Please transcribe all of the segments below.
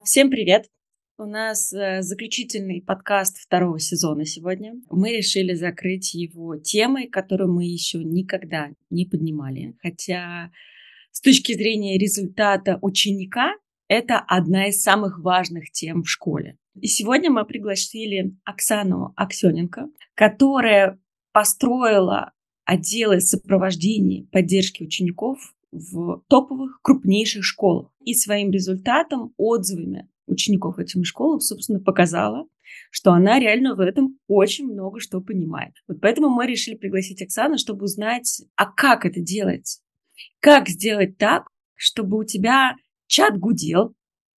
Всем привет! У нас заключительный подкаст второго сезона сегодня. Мы решили закрыть его темой, которую мы еще никогда не поднимали. Хотя с точки зрения результата ученика это одна из самых важных тем в школе. И сегодня мы пригласили Оксану Аксененко, которая построила отделы сопровождения поддержки учеников в топовых крупнейших школах. И своим результатом, отзывами учеников этим школам, собственно, показала, что она реально в этом очень много что понимает. Вот поэтому мы решили пригласить Оксану, чтобы узнать, а как это делать? Как сделать так, чтобы у тебя чат гудел,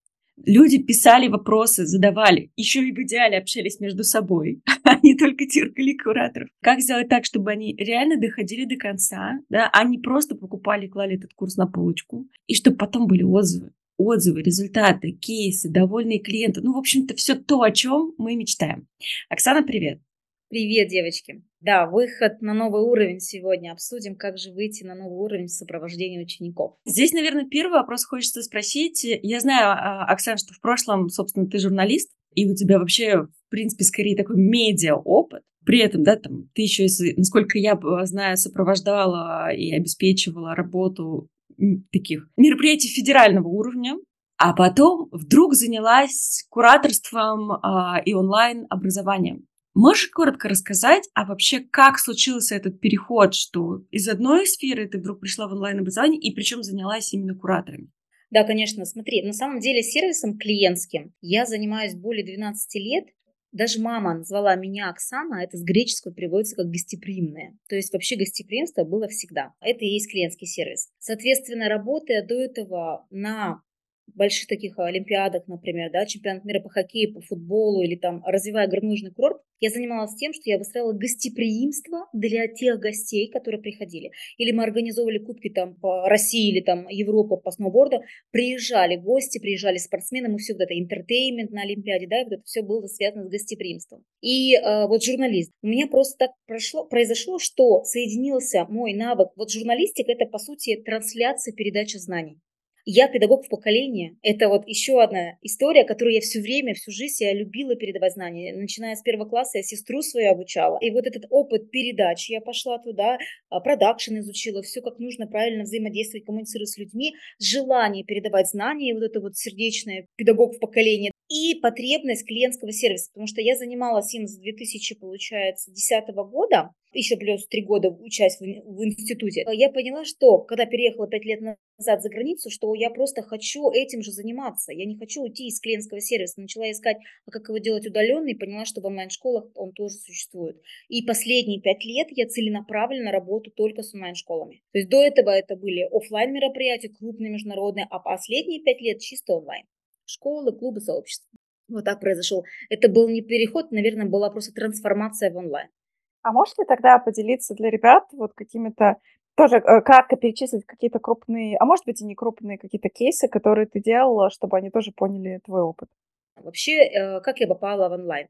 люди писали вопросы, задавали, еще и в идеале общались между собой, а не только тиркали кураторов. Как сделать так, чтобы они реально доходили до конца, да, а не просто покупали, клали этот курс на полочку, и чтобы потом были отзывы, результаты, кейсы, довольные клиенты. Ну, в общем-то, все то, о чем мы мечтаем. Оксана, привет. Привет, девочки! Да, выход на новый уровень сегодня. Обсудим, как же выйти на новый уровень в сопровождении учеников. Здесь, наверное, первый вопрос хочется спросить. Я знаю, Оксана, что в прошлом, собственно, ты журналист, и у тебя вообще, в принципе, скорее такой медиа-опыт. При этом, да, там, ты еще, насколько я знаю, сопровождала и обеспечивала работу таких мероприятий федерального уровня, а потом вдруг занялась кураторством и онлайн-образованием. Можешь коротко рассказать, а вообще как случился этот переход, что из одной сферы ты вдруг пришла в онлайн-образование и причем занялась именно кураторами? Да, конечно, смотри, на самом деле сервисом клиентским я занимаюсь более 12 лет. Даже мама назвала меня Оксана, это с греческого переводится как гостеприимная. То есть вообще гостеприимство было всегда. Это и есть клиентский сервис. Соответственно, работая до этого на больших таких олимпиадах, например, да, чемпионат мира по хоккею, по футболу или там развивая горнолыжный курорт, я занималась тем, что я выстраивала гостеприимство для тех гостей, которые приходили. Или мы организовывали кубки там по России или там Европа по сноуборду, приезжали гости, приезжали спортсмены, мы все вот это интертеймент на Олимпиаде, да, и вот это все было связано с гостеприимством. И вот журналист. У меня просто так произошло, что соединился мой навык. Вот журналистика это по сути трансляция, передача знаний. Я педагог в поколении. Это вот еще одна история, которую я все время, всю жизнь я любила передавать знания. Начиная с первого класса я сестру свою обучала. И вот этот опыт передач, я пошла туда, продакшн изучила, все как нужно правильно взаимодействовать, коммуницировать с людьми, желание передавать знания, и вот это вот сердечное педагог в поколении. И потребность клиентского сервиса, потому что я занималась им с 2000, получается, 10 года, еще плюс 3 года учась в институте. Я поняла, что когда переехала 5 лет назад за границу, что я просто хочу этим же заниматься. Я не хочу уйти из клиентского сервиса. Начала искать, как его делать удаленно, и поняла, что в онлайн-школах он тоже существует. И последние 5 лет я целенаправленно работаю только с онлайн-школами. То есть до этого это были офлайн мероприятия, крупные международные, а последние 5 лет чисто онлайн. Школы, клубы, сообщества. Вот так произошел. Это был не переход, наверное, была просто трансформация в онлайн. А можешь ли тогда поделиться для ребят вот какими-то тоже кратко перечислить какие-то крупные, а может быть и не крупные какие-то кейсы, которые ты делала, чтобы они тоже поняли твой опыт? Вообще, как я попала в онлайн?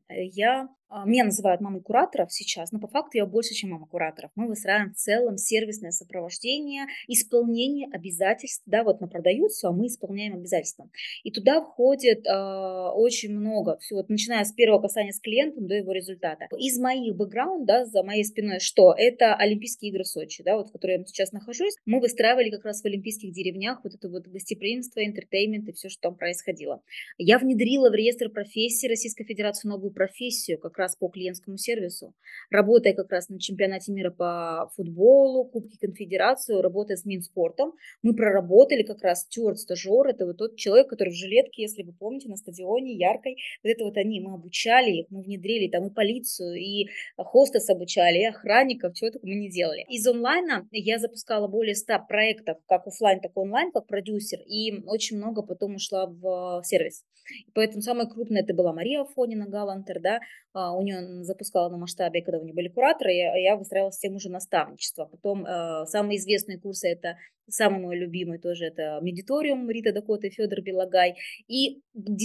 Меня называют мамой кураторов сейчас, но по факту я больше, чем мама кураторов. Мы выстраиваем в целом сервисное сопровождение, исполнение обязательств. Да, вот мы продают все, а мы исполняем обязательства. И туда входит очень много, все, вот, начиная с первого касания с клиентом до его результата. Из моих бэкграунд, да, за моей спиной что? Это Олимпийские игры в Сочи, да, вот в которой я сейчас нахожусь. Мы выстраивали как раз в олимпийских деревнях вот это вот гостеприимство, интертеймент и все, что там происходило. Я внедрила в реестр профессий Российской Федерации новую профессию как раз по клиентскому сервису, работая как раз на чемпионате мира по футболу, Кубке Конфедерации, работая с Минспортом. Мы проработали как раз стюард-стажер, это вот тот человек, который в жилетке, если вы помните, на стадионе яркой, вот это вот мы обучали их, мы внедрили там и полицию, и хостес обучали, и охранников, чего только мы не делали. Из онлайна я запускала более 100 проектов, как офлайн, так и онлайн, как продюсер, и очень много потом ушла в сервис. И поэтому самая крупная это была Мария Афонина, Галантер, да, у нее запускала на масштабе, когда у нее были кураторы, я выстраивала систему уже наставничества. Потом самые известные курсы это самый мой любимый тоже это Медиториум Рита Дакота и Федор Белогай, и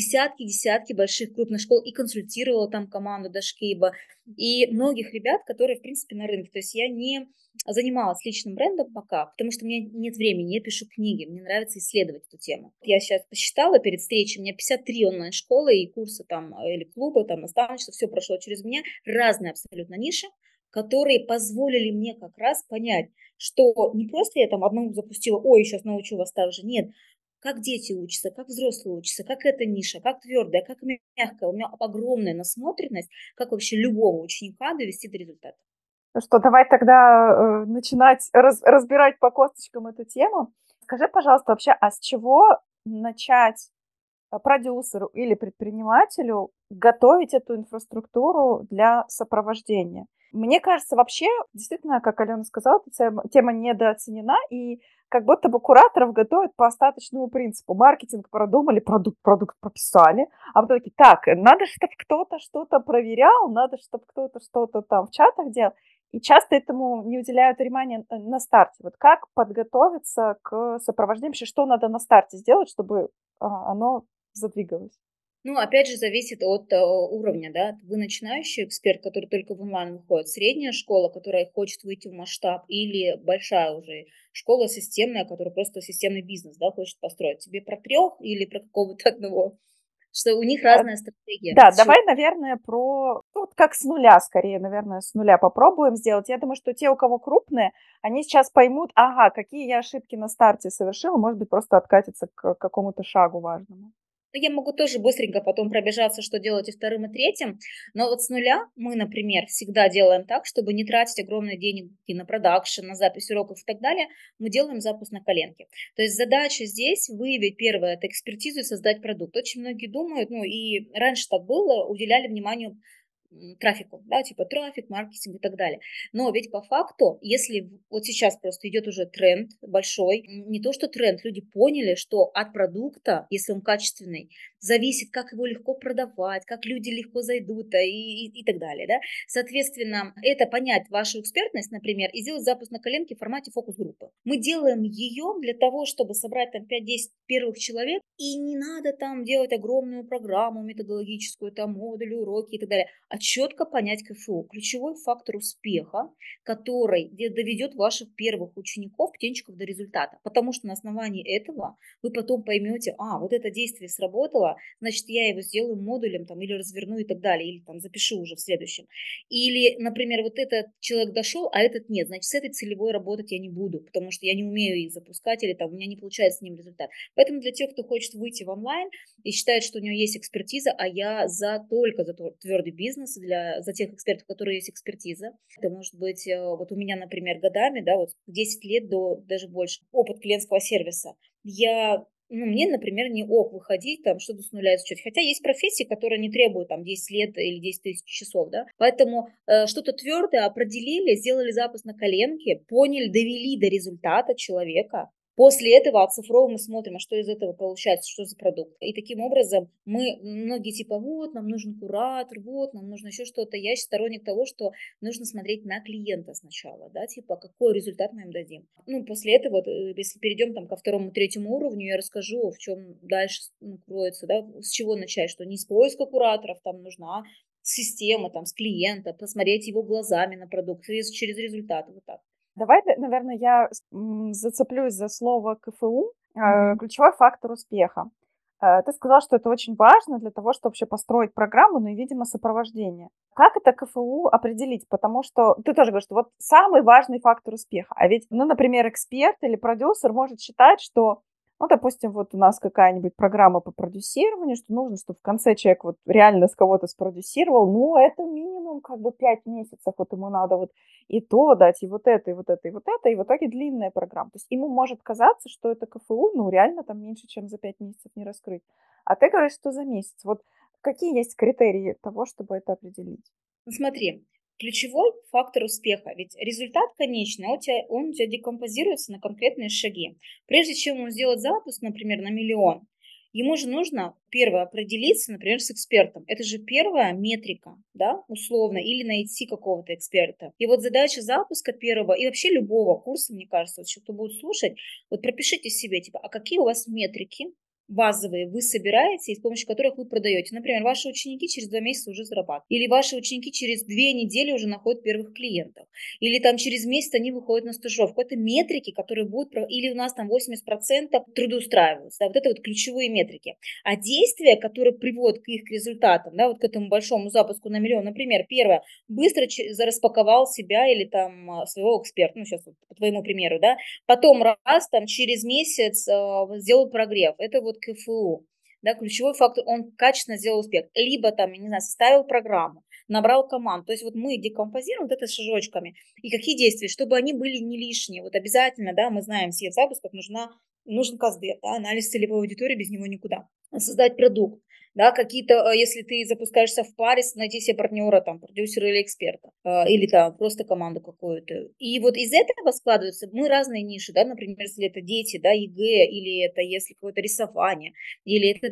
десятки больших крупных школ, и консультировала там команду Дашкейба, и многих ребят, которые, в принципе, на рынке. То есть я не занималась личным брендом пока, потому что у меня нет времени, я пишу книги, мне нравится исследовать эту тему. Я сейчас посчитала перед встречей, у меня 53 онлайн-школы и курсы там, или клубы, там, наставничество, все прошло через меня, разные абсолютно ниши, которые позволили мне как раз понять, что не просто я там одну запустила, ой, сейчас научу вас так же, нет, как дети учатся, как взрослые учатся, как эта ниша, как твердая, как мягкая. У меня огромная насмотренность, как вообще любого ученика довести до результата. Ну что, давай тогда начинать разбирать по косточкам эту тему. Скажи, пожалуйста, вообще, а с чего начать продюсеру или предпринимателю готовить эту инфраструктуру для сопровождения? Мне кажется, вообще, действительно, как Алена сказала, эта тема недооценена, и как будто бы кураторов готовят по остаточному принципу. Маркетинг продумали, продукт прописали, а потом такие, так, надо, чтобы кто-то что-то проверял, надо, чтобы кто-то что-то там в чатах делал. И часто этому не уделяют внимания на старте. Вот как подготовиться к сопровождению, вообще, что надо на старте сделать, чтобы оно задвигалось? Ну, опять же, зависит от уровня, да. Вы начинающий эксперт, который только в онлайн выходит, средняя школа, которая хочет выйти в масштаб, или большая уже школа системная, которая просто системный бизнес, да, хочет построить. Тебе про 3 или про какого-то одного? Что у них А, разная стратегия. Да, давай, наверное, вот как с нуля, скорее, наверное, с нуля попробуем сделать. Я думаю, что те, у кого крупные, они сейчас поймут, ага, какие я ошибки на старте совершила, может быть, просто откатиться к какому-то шагу важному. Ну, я могу тоже быстренько потом пробежаться, что делать и вторым, и третьим. Но вот с нуля мы, например, всегда делаем так, чтобы не тратить огромные деньги на продакшн, на запись уроков и так далее. Мы делаем запуск на коленке. То есть задача здесь выявить первое, это экспертизу и создать продукт. Очень многие думают, ну и раньше так было, уделяли вниманию трафику, да, типа трафик, маркетинг и так далее. Но ведь по факту, если вот сейчас просто идет уже тренд большой, не то что тренд, люди поняли, что от продукта, если он качественный, зависит, как его легко продавать, как люди легко зайдут и так далее, да. Соответственно, это понять вашу экспертность, например, и сделать запуск на коленке в формате фокус-группы. Мы делаем ее для того, чтобы собрать там 5-10 первых человек, и не надо там делать огромную программу методологическую, там модули, уроки и так далее, а четко понять КФУ, ключевой фактор успеха, который доведет ваших первых учеников, птенчиков до результата. Потому что на основании этого вы потом поймете, вот это действие сработало, значит, я его сделаю модулем там, или разверну и так далее, или там запишу уже в следующем. Или, например, вот этот человек дошел, а этот нет, значит, с этой целевой работать я не буду, потому что я не умею их запускать, или там у меня не получается с ним результат. Поэтому для тех, кто хочет выйти в онлайн и считает, что у него есть экспертиза, а я только за твердый бизнес, за тех экспертов, у которых есть экспертиза. Это может быть, вот у меня, например, годами, да, вот 10 лет до даже больше опыт клиентского сервиса. Мне, например, не выходить, там, что-то с нуля изучать. Хотя есть профессии, которые не требуют там 10 лет или 10 тысяч часов, да. Поэтому что-то твердое определили, сделали запуск на коленке, поняли, довели до результата человека. После этого оцифровываем и смотрим, а что из этого получается, что за продукт. И таким образом многие типа, вот, нам нужен куратор, вот, нам нужно еще что-то. Я сторонник того, что нужно смотреть на клиента сначала, да, типа, какой результат мы им дадим. После этого, если перейдем там ко второму, третьему уровню, я расскажу, в чем дальше кроется, да, с чего начать, что не с поиска кураторов там нужна, система, там, с клиента, посмотреть его глазами на продукт через результаты, вот так. Давай, наверное, я зацеплюсь за слово КФУ, Мгм. ключевой фактор успеха. Ты сказал, что это очень важно для того, чтобы вообще построить программу, ну и, видимо, сопровождение. Как это КФУ определить? Потому что ты тоже говоришь, что вот самый важный фактор успеха. А ведь, например, эксперт или продюсер может считать, что, допустим, вот у нас какая-нибудь программа по продюсированию, что нужно, чтобы в конце человек вот реально с кого-то спродюсировал, это минимум как бы 5 месяцев, вот ему надо вот и то дать, и вот это, и вот это, и вот это, и в итоге длинная программа. То есть ему может казаться, что это КФУ, реально там меньше, чем за 5 месяцев не раскрыть. А ты говоришь, что за месяц. Вот какие есть критерии того, чтобы это определить? Смотри, ключевой фактор успеха, ведь результат конечный, он у тебя декомпозируется на конкретные шаги. Прежде чем сделать запуск, например, на 1 000 000, Ему же нужно, первое, определиться, например, с экспертом. Это же первая метрика, да, условно, или найти какого-то эксперта. И вот задача запуска первого и вообще любого курса, мне кажется, вот еще кто будет слушать, вот пропишите себе, типа, а какие у вас метрики базовые вы собираете, и с помощью которых вы продаете. Например, ваши ученики через 2 месяца уже зарабатывают. Или ваши ученики через 2 недели уже находят первых клиентов. Или там через месяц они выходят на стажировку. Это метрики, которые будут... Или у нас там 80% трудоустраиваются. Да, вот это вот ключевые метрики. А действия, которые приводят к их результатам, да, вот к этому большому запуску на миллион, например, первое, быстро распаковал себя или там своего эксперта, ну сейчас вот по твоему примеру, да, потом раз там через месяц сделал прогрев, это вот КФУ, да, ключевой фактор, он качественно сделал успех, либо там, я не знаю, составил программу, набрал команду, то есть вот мы декомпозируем вот это шажочками, и какие действия, чтобы они были не лишние, вот обязательно, да, мы знаем, все в запусках нужен КСД, да, анализ целевой аудитории, без него никуда, создать продукт, да, какие-то, если ты запускаешься в паре, найти себе партнера, там, продюсера или эксперта, или там просто команду какую-то. И вот из этого складываются, мы разные ниши, да, например, если это дети, да, ЕГЭ, или это если какое-то рисование, или это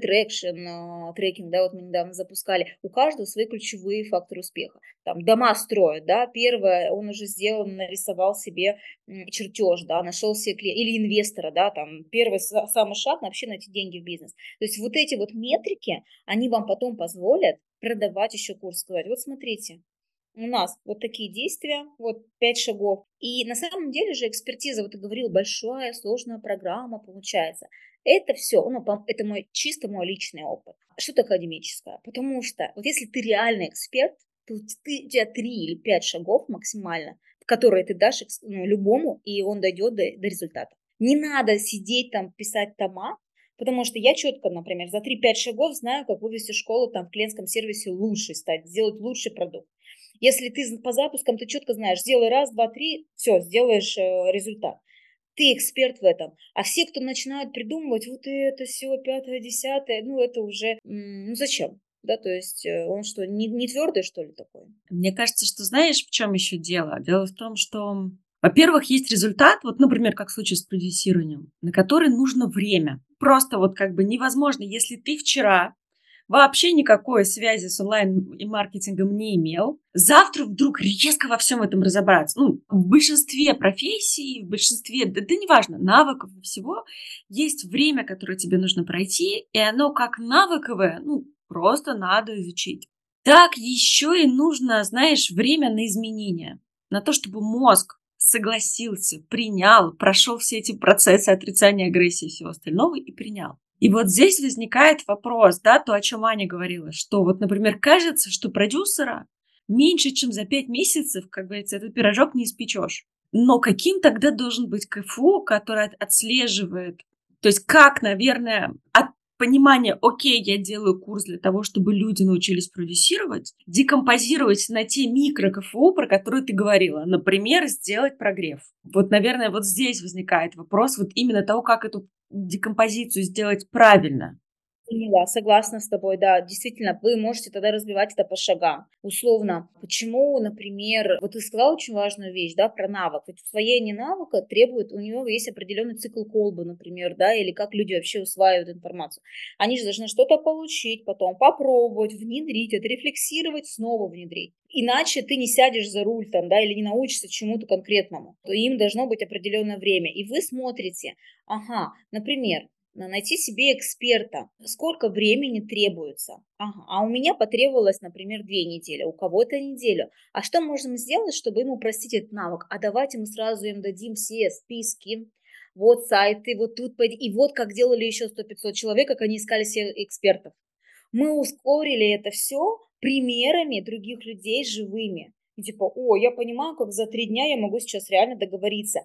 трекинг, да, вот мы недавно запускали. У каждого свои ключевые факторы успеха. Там дома строят, да, первое, он уже сделал, нарисовал себе чертеж, да, нашел себе клиента, или инвестора, да, там, первый самый шаг вообще найти деньги в бизнес. То есть вот эти вот метрики, они вам потом позволят продавать еще курс, сказать, вот смотрите, у нас вот такие действия, вот 5 шагов. И на самом деле же экспертиза, вот ты говорил, большая, сложная программа получается. Это все, ну, это чисто мой личный опыт. Что-то академическое. Потому что вот если ты реальный эксперт, то у тебя 3 или 5 шагов максимально, которые ты дашь любому, и он дойдет до результата. Не надо сидеть там, писать тома, потому что я четко, например, за 3-5 шагов знаю, как вывести школу там в клиентском сервисе лучше стать, сделать лучший продукт. Если ты по запускам, ты четко знаешь, сделай раз, два, три, все, сделаешь результат. Ты эксперт в этом. А все, кто начинают придумывать вот это, все, пятое, десятое, ну это уже, ну зачем? Да, то есть он что, не твердый, что ли, такой? Мне кажется, что знаешь, в чем еще дело? Дело в том, что, во-первых, есть результат, вот, например, как в случае с продюсированием, на который нужно время. Просто вот как бы невозможно, если ты вчера вообще никакой связи с онлайн и маркетингом не имел, завтра вдруг резко во всем этом разобраться. Ну, в большинстве профессий, в большинстве, да неважно, навыков и всего, есть время, которое тебе нужно пройти, и оно как навыковое, ну, просто надо изучить. Так еще и нужно, знаешь, время на изменения, на то, чтобы мозг согласился, принял, прошел все эти процессы отрицания, агрессии и всего остального и принял. И вот здесь возникает вопрос, да, то, о чем Аня говорила, что вот, например, кажется, что продюсера меньше, чем за 5 месяцев, как говорится, этот пирожок не испечешь. Но каким тогда должен быть КФУ, который отслеживает, то есть как, наверное, от понимания, окей, я делаю курс для того, чтобы люди научились продюсировать, декомпозировать на те микро-КФУ, про которые ты говорила. Например, сделать прогрев. Вот, наверное, вот здесь возникает вопрос вот именно того, как эту декомпозицию сделать правильно. Поняла, согласна с тобой, да, действительно, вы можете тогда разбивать это по шагам. Условно, почему, например, вот ты сказала очень важную вещь, да, про навык. Ведь усвоение навыка требует, у него есть определенный цикл колбы, например, да, или как люди вообще усваивают информацию. Они же должны что-то получить, потом попробовать, внедрить, отрефлексировать, снова внедрить. Иначе ты не сядешь за руль там, да, или не научишься чему-то конкретному. То им должно быть определенное время. И вы смотрите, ага, например, найти себе эксперта. Сколько времени требуется? Ага, а у меня потребовалось, например, 2 недели, у кого-то неделю. А что можем сделать, чтобы ему упростить этот навык? А давайте мы сразу им дадим все списки, вот сайты, вот тут, и вот как делали еще 100-500 человек, как они искали себе экспертов. Мы ускорили это все примерами других людей живыми. И типа, о, я понимаю, как за 3 дня я могу сейчас реально договориться.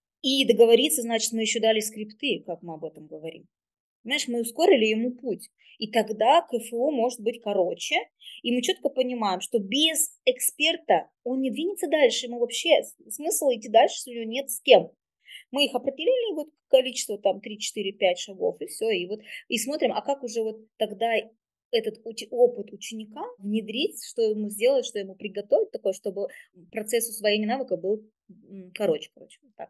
И договориться, значит, мы еще дали скрипты, как мы об этом говорим. Понимаешь, мы ускорили ему путь. И тогда КФУ может быть короче, и мы четко понимаем, что без эксперта он не двинется дальше, ему вообще смысла идти дальше, если у него нет с кем. Мы их определили, вот количество там 3, 4, 5 шагов, и все, и вот и смотрим, а как уже вот тогда этот опыт ученика внедрить, что ему сделать, что ему приготовить такое, чтобы процесс усвоения навыка был короче, вот так.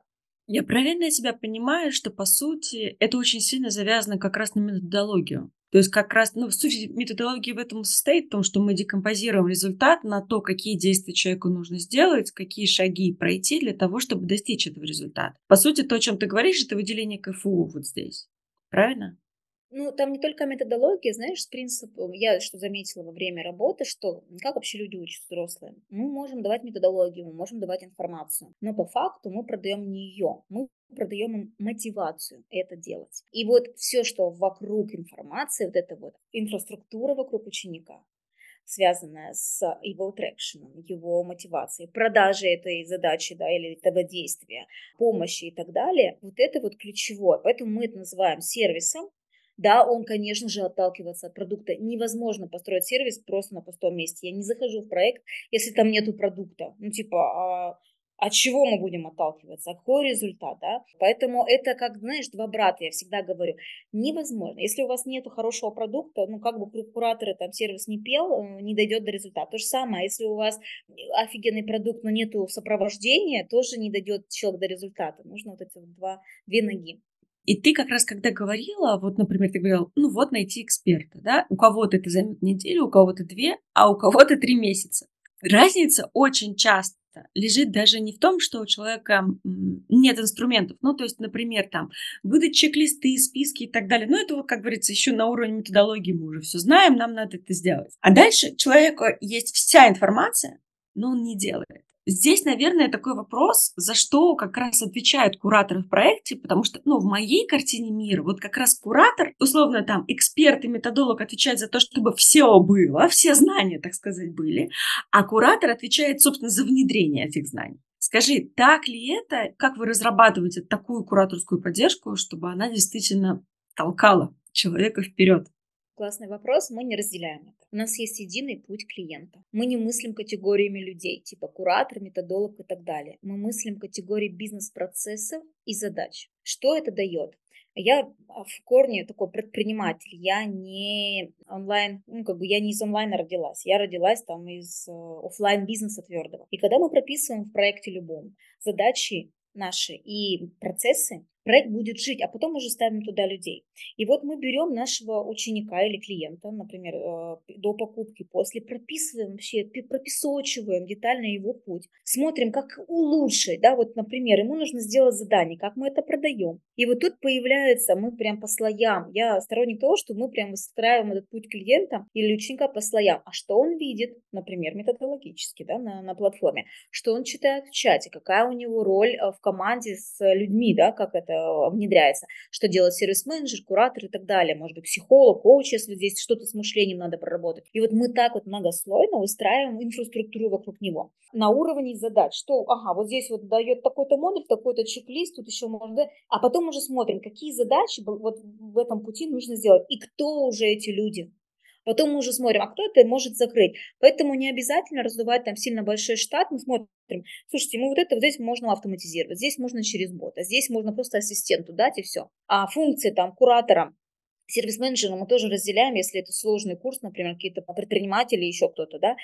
Я правильно себя понимаю, что, по сути, это очень сильно завязано как раз на методологию? То есть как раз, ну, суть методологии в этом состоит в том, что мы декомпозируем результат на то, какие действия человеку нужно сделать, какие шаги пройти для того, чтобы достичь этого результата. По сути, то, о чем ты говоришь, это выделение КФУ вот здесь. Правильно? Ну, там не только методология, знаешь, с принципом, я что заметила во время работы, что как вообще люди учатся взрослые. Мы можем давать методологию, мы можем давать информацию, но по факту мы продаем не ее, мы продаем им мотивацию это делать. И вот все, что вокруг информации, вот эта вот инфраструктура вокруг ученика, связанная с его трекшеном, его мотивацией, продажей этой задачи, да, или этого действия, помощи и так далее, вот это вот ключевое. Поэтому мы это называем сервисом. Да, он, конечно же, отталкивается от продукта. Невозможно построить сервис просто на пустом месте. Я не захожу в проект, если там нету продукта. Ну, типа, от чего мы будем отталкиваться? А какой результат, да? Поэтому это, как, знаешь, два брата, я всегда говорю. Невозможно. Если у вас нет хорошего продукта, ну, как бы кураторы, там, сервис не пел, не дойдет до результата. То же самое, если у вас офигенный продукт, но нету сопровождения, тоже не дойдет человек до результата. Нужно вот эти вот две ноги. И ты как раз когда говорила, вот, например, ты говорила, ну вот найти эксперта, да, у кого-то это займет неделю, у кого-то 2, а у кого-то 3 месяца. Разница очень часто лежит даже не в том, что у человека нет инструментов. Ну, то есть, например, там, выдать чек-листы, списки и так далее. Ну, это вот, как говорится, еще на уровне методологии мы уже все знаем, нам надо это сделать. А дальше у человека есть вся информация, но он не делает. Здесь, наверное, такой вопрос, за что как раз отвечают кураторы в проекте, потому что, ну, в моей картине мира вот как раз куратор, условно там эксперт и методолог отвечает за то, чтобы все было, все знания, так сказать, были, а куратор отвечает, собственно, за внедрение этих знаний. Скажи, так ли это, как вы разрабатываете такую кураторскую поддержку, чтобы она действительно толкала человека вперед? Классный вопрос, мы не разделяем это. У нас есть единый путь клиента. Мы не мыслим категориями людей, типа куратор, методолог и так далее. Мы мыслим категории бизнес-процессов и задач. Что это дает? Я в корне такой предприниматель, я не онлайн, ну как бы я не из онлайна родилась, я родилась там из офлайн бизнеса твердого. И когда мы прописываем в проекте любом задачи наши и процессы, проект будет жить, а потом уже ставим туда людей. И вот мы берем нашего ученика или клиента, например, до покупки, после, прописываем вообще, прописочиваем детально его путь, смотрим, как улучшить, да, вот, например, ему нужно сделать задание, как мы это продаем. И вот тут появляется, мы прям по слоям, я сторонник того, что мы прям выстраиваем этот путь клиента или ученика по слоям, а что он видит, например, методологически, да, на платформе, что он читает в чате, какая у него роль в команде с людьми, да, как это внедряется, что делает сервис-менеджер, куратор и так далее, может быть, психолог, коуч, если здесь что-то с мышлением надо проработать. И вот мы так вот многослойно выстраиваем инфраструктуру вокруг него. На уровне задач, что, ага, вот здесь вот дает такой-то модуль, такой-то чек-лист, тут еще можно, да, а потом уже смотрим, какие задачи вот в этом пути нужно сделать, и кто уже эти люди. Потом мы уже смотрим, а кто это может закрыть. Поэтому не обязательно раздувать там сильно большой штат. Мы смотрим, слушайте, мы вот это вот здесь можно автоматизировать, здесь можно через бот, а здесь можно просто ассистенту дать и все. А функции там куратора, сервис-менеджера мы тоже разделяем, если это сложный курс, например, какие-то предприниматели, еще кто-то, да.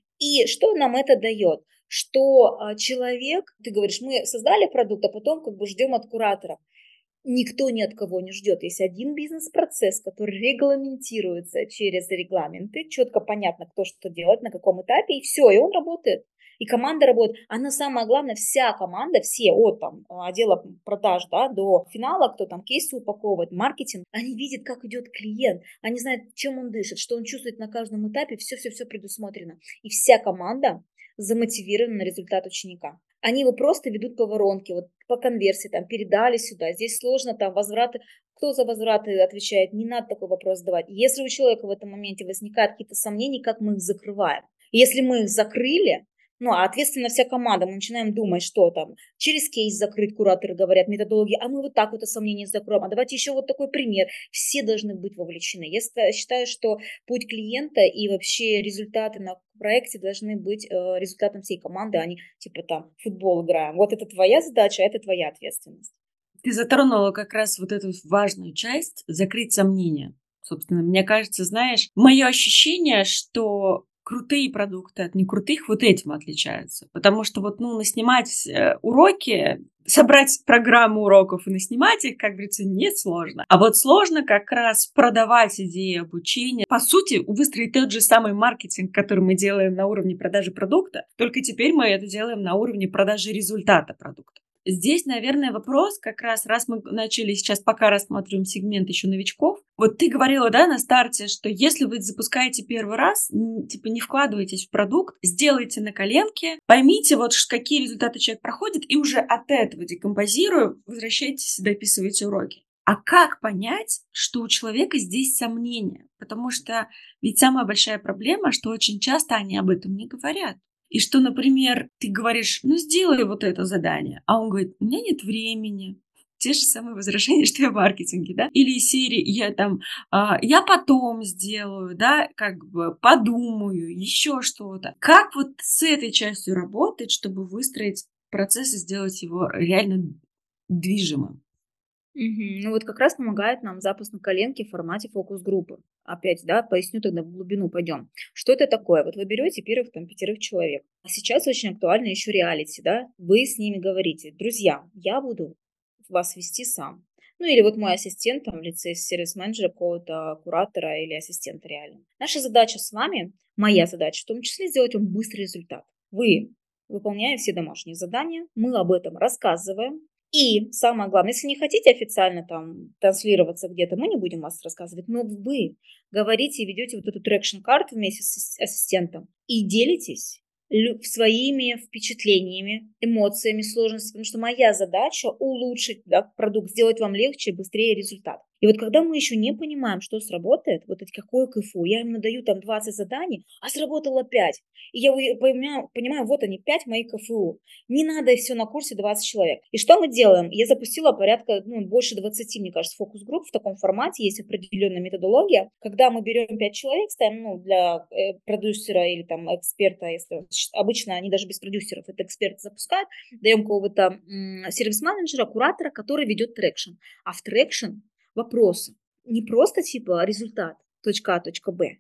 И что нам это дает? Что человек, ты говоришь, мы создали продукт, а потом как бы ждем от куратора. Никто ни от кого не ждет. Есть один бизнес-процесс, который регламентируется через регламенты. Четко понятно, кто что делает, на каком этапе, и все, и он работает. И команда работает. А на самое главное, вся команда, все от там, отдела продаж, да, до финала, кто там кейсы упаковывает, маркетинг, они видят, как идет клиент, они знают, чем он дышит, что он чувствует на каждом этапе, все-все-все предусмотрено. И вся команда замотивирована на результат ученика. Они его просто ведут по воронке, вот по конверсии, там, передали сюда, здесь сложно, там, возвраты. Кто за возвраты отвечает? Не надо такой вопрос задавать. Если у человека в этом моменте возникают какие-то сомнения, как мы их закрываем? Если мы их закрыли, ну, а ответственно вся команда, мы начинаем думать, что там, через кейс закрыть, кураторы говорят, методологии, а мы вот так вот это сомнение закроем, а давайте еще вот такой пример. Все должны быть вовлечены. Я считаю, что путь клиента и вообще результаты на проекте должны быть результатом всей команды, а не типа там футбол играем. Вот это твоя задача, а это твоя ответственность. Ты затронула как раз вот эту важную часть — закрыть сомнения. Собственно, мне кажется, знаешь, мое ощущение, что крутые продукты от некрутых вот этим отличаются. Потому что вот, наснимать уроки, собрать программу уроков и наснимать их, как говорится, не сложно. А вот сложно как раз продавать идеи обучения. По сути, выстроить тот же самый маркетинг, который мы делаем на уровне продажи продукта, только теперь мы это делаем на уровне продажи результата продукта. Здесь, наверное, вопрос как раз мы начали сейчас пока рассматриваем сегмент еще новичков. Вот ты говорила, да, на старте, что если вы запускаете первый раз, не вкладывайтесь в продукт, сделайте на коленке, поймите, вот какие результаты человек проходит, и уже от этого декомпозируя, возвращайтесь и дописывайте уроки. А как понять, что у человека здесь сомнения? Потому что ведь самая большая проблема, что очень часто они об этом не говорят. И что, например, ты говоришь, сделай вот это задание, а он говорит, у меня нет времени. Те же самые возражения, что и в маркетинге, да? Или из серии я потом сделаю, да, как бы подумаю, еще что-то. Как вот с этой частью работать, чтобы выстроить процесс и сделать его реально движимым? Ну вот как раз помогает нам запуск на коленке в формате фокус-группы. Опять, да, поясню тогда в глубину пойдем. Что это такое? Вот вы берете первых там 5 человек. А сейчас очень актуально еще реалити, да? Вы с ними говорите, друзья, я буду вас вести сам. Ну или вот мой ассистент там в лице сервис-менеджера, какого-то куратора или ассистента реально. Наша задача с вами, моя задача в том числе, сделать вам быстрый результат. Вы, выполняя все домашние задания, мы об этом рассказываем. И самое главное, если не хотите официально там транслироваться где-то, мы не будем вас рассказывать, но вы говорите и ведете вот эту трекшн-карту вместе с ассистентом и делитесь своими впечатлениями, эмоциями, сложностями, потому что моя задача улучшить, да, продукт, сделать вам легче и быстрее результат. И вот когда мы еще не понимаем, что сработает, вот эти какое КФУ, я им даю там 20 заданий, а сработало 5. И я понимаю, вот они, 5 моих КФУ. Не надо все на курсе 20 человек. И что мы делаем? Я запустила порядка, больше 20, мне кажется, фокус-групп в таком формате. Есть определенная методология. Когда мы берем 5 человек, ставим, для продюсера или там эксперта, если обычно они даже без продюсеров, это эксперт запускают, даем какого-то сервис-менеджера, куратора, который ведет трекшн. А в трекшн вопросы. Не просто типа результат, точка А, точка Б,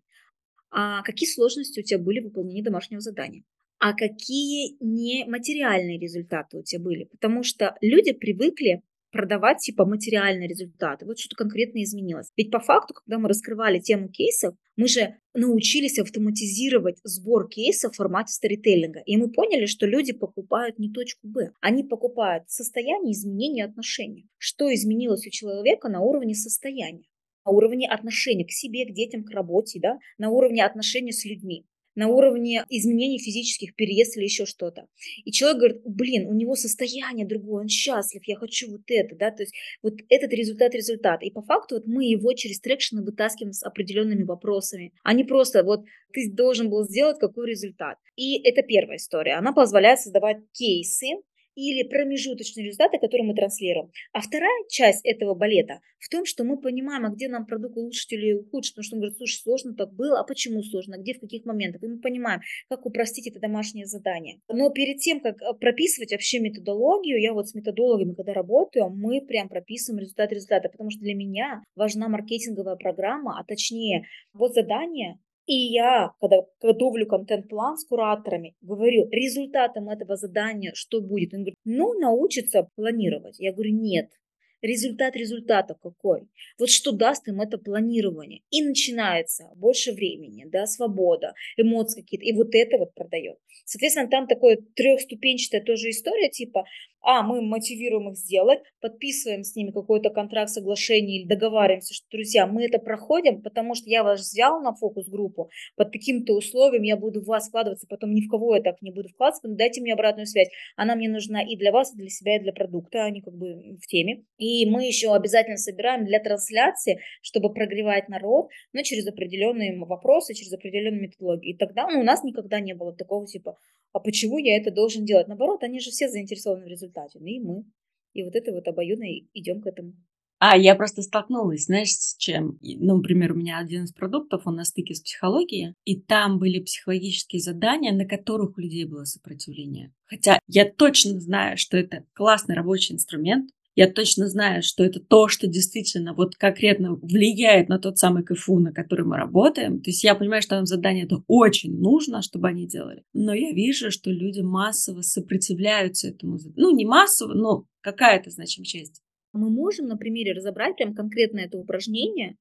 а какие сложности у тебя были в выполнении домашнего задания, а какие нематериальные результаты у тебя были. Потому что люди привыкли продавать типа материальные результаты. Вот что-то конкретно изменилось. Ведь по факту, когда мы раскрывали тему кейсов, мы же научились автоматизировать сбор кейсов в формате сторителлинга. И мы поняли, что люди покупают не точку Б. Они покупают состояние изменения отношений. Что изменилось у человека на уровне состояния? На уровне отношения к себе, к детям, к работе, да, на уровне отношений с людьми, на уровне изменений физических, переезд или еще что-то. И человек говорит, у него состояние другое, он счастлив, я хочу вот это, да, то есть вот этот результат. И по факту вот мы его через трекшены вытаскиваем с определенными вопросами, а не просто вот ты должен был сделать какой результат. И это первая история. Она позволяет создавать кейсы, или промежуточные результаты, которые мы транслируем. А вторая часть этого балета в том, что мы понимаем, а где нам продукт улучшить или ухудшить, потому что он говорит, слушай, сложно так было, а почему сложно, где, в каких моментах. И мы понимаем, как упростить это домашнее задание. Но перед тем, как прописывать вообще методологию, я вот с методологами, когда работаю, мы прям прописываем результата, потому что для меня важна маркетинговая программа, а точнее вот задание. И я, когда готовлю контент-план с кураторами, говорю, результатом этого задания что будет? Он говорит, научиться планировать. Я говорю, нет. Результат результата какой? Вот что даст им это планирование? И начинается больше времени, да, свобода, эмоции какие-то. И вот это вот продает. Соответственно, там такое трехступенчатая тоже история, типа, мы мотивируем их сделать, подписываем с ними какой-то контракт, соглашение или договариваемся, что, друзья, мы это проходим, потому что я вас взял на фокус-группу, под каким-то условием я буду в вас вкладываться, потом ни в кого я так не буду вкладываться, но дайте мне обратную связь. Она мне нужна и для вас, и для себя, и для продукта, они как бы в теме. И мы еще обязательно собираем для трансляции, чтобы прогревать народ, но через определенные вопросы, через определенную методологию. И тогда у нас никогда не было такого типа, а почему я это должен делать? Наоборот, они же все заинтересованы в результате, и мы. И вот это вот обоюдно идем к этому. Я просто столкнулась, знаешь, с чем? Например, у меня один из продуктов, он на стыке с психологией, и там были психологические задания, на которых у людей было сопротивление. Хотя я точно знаю, что это классный рабочий инструмент, я точно знаю, что это то, что действительно вот конкретно влияет на тот самый КФУ, на который мы работаем. То есть я понимаю, что нам задание это очень нужно, чтобы они делали. Но я вижу, что люди массово сопротивляются этому. Ну, не массово, но какая-то, значит, часть. Мы можем на примере разобрать прям конкретно это упражнение,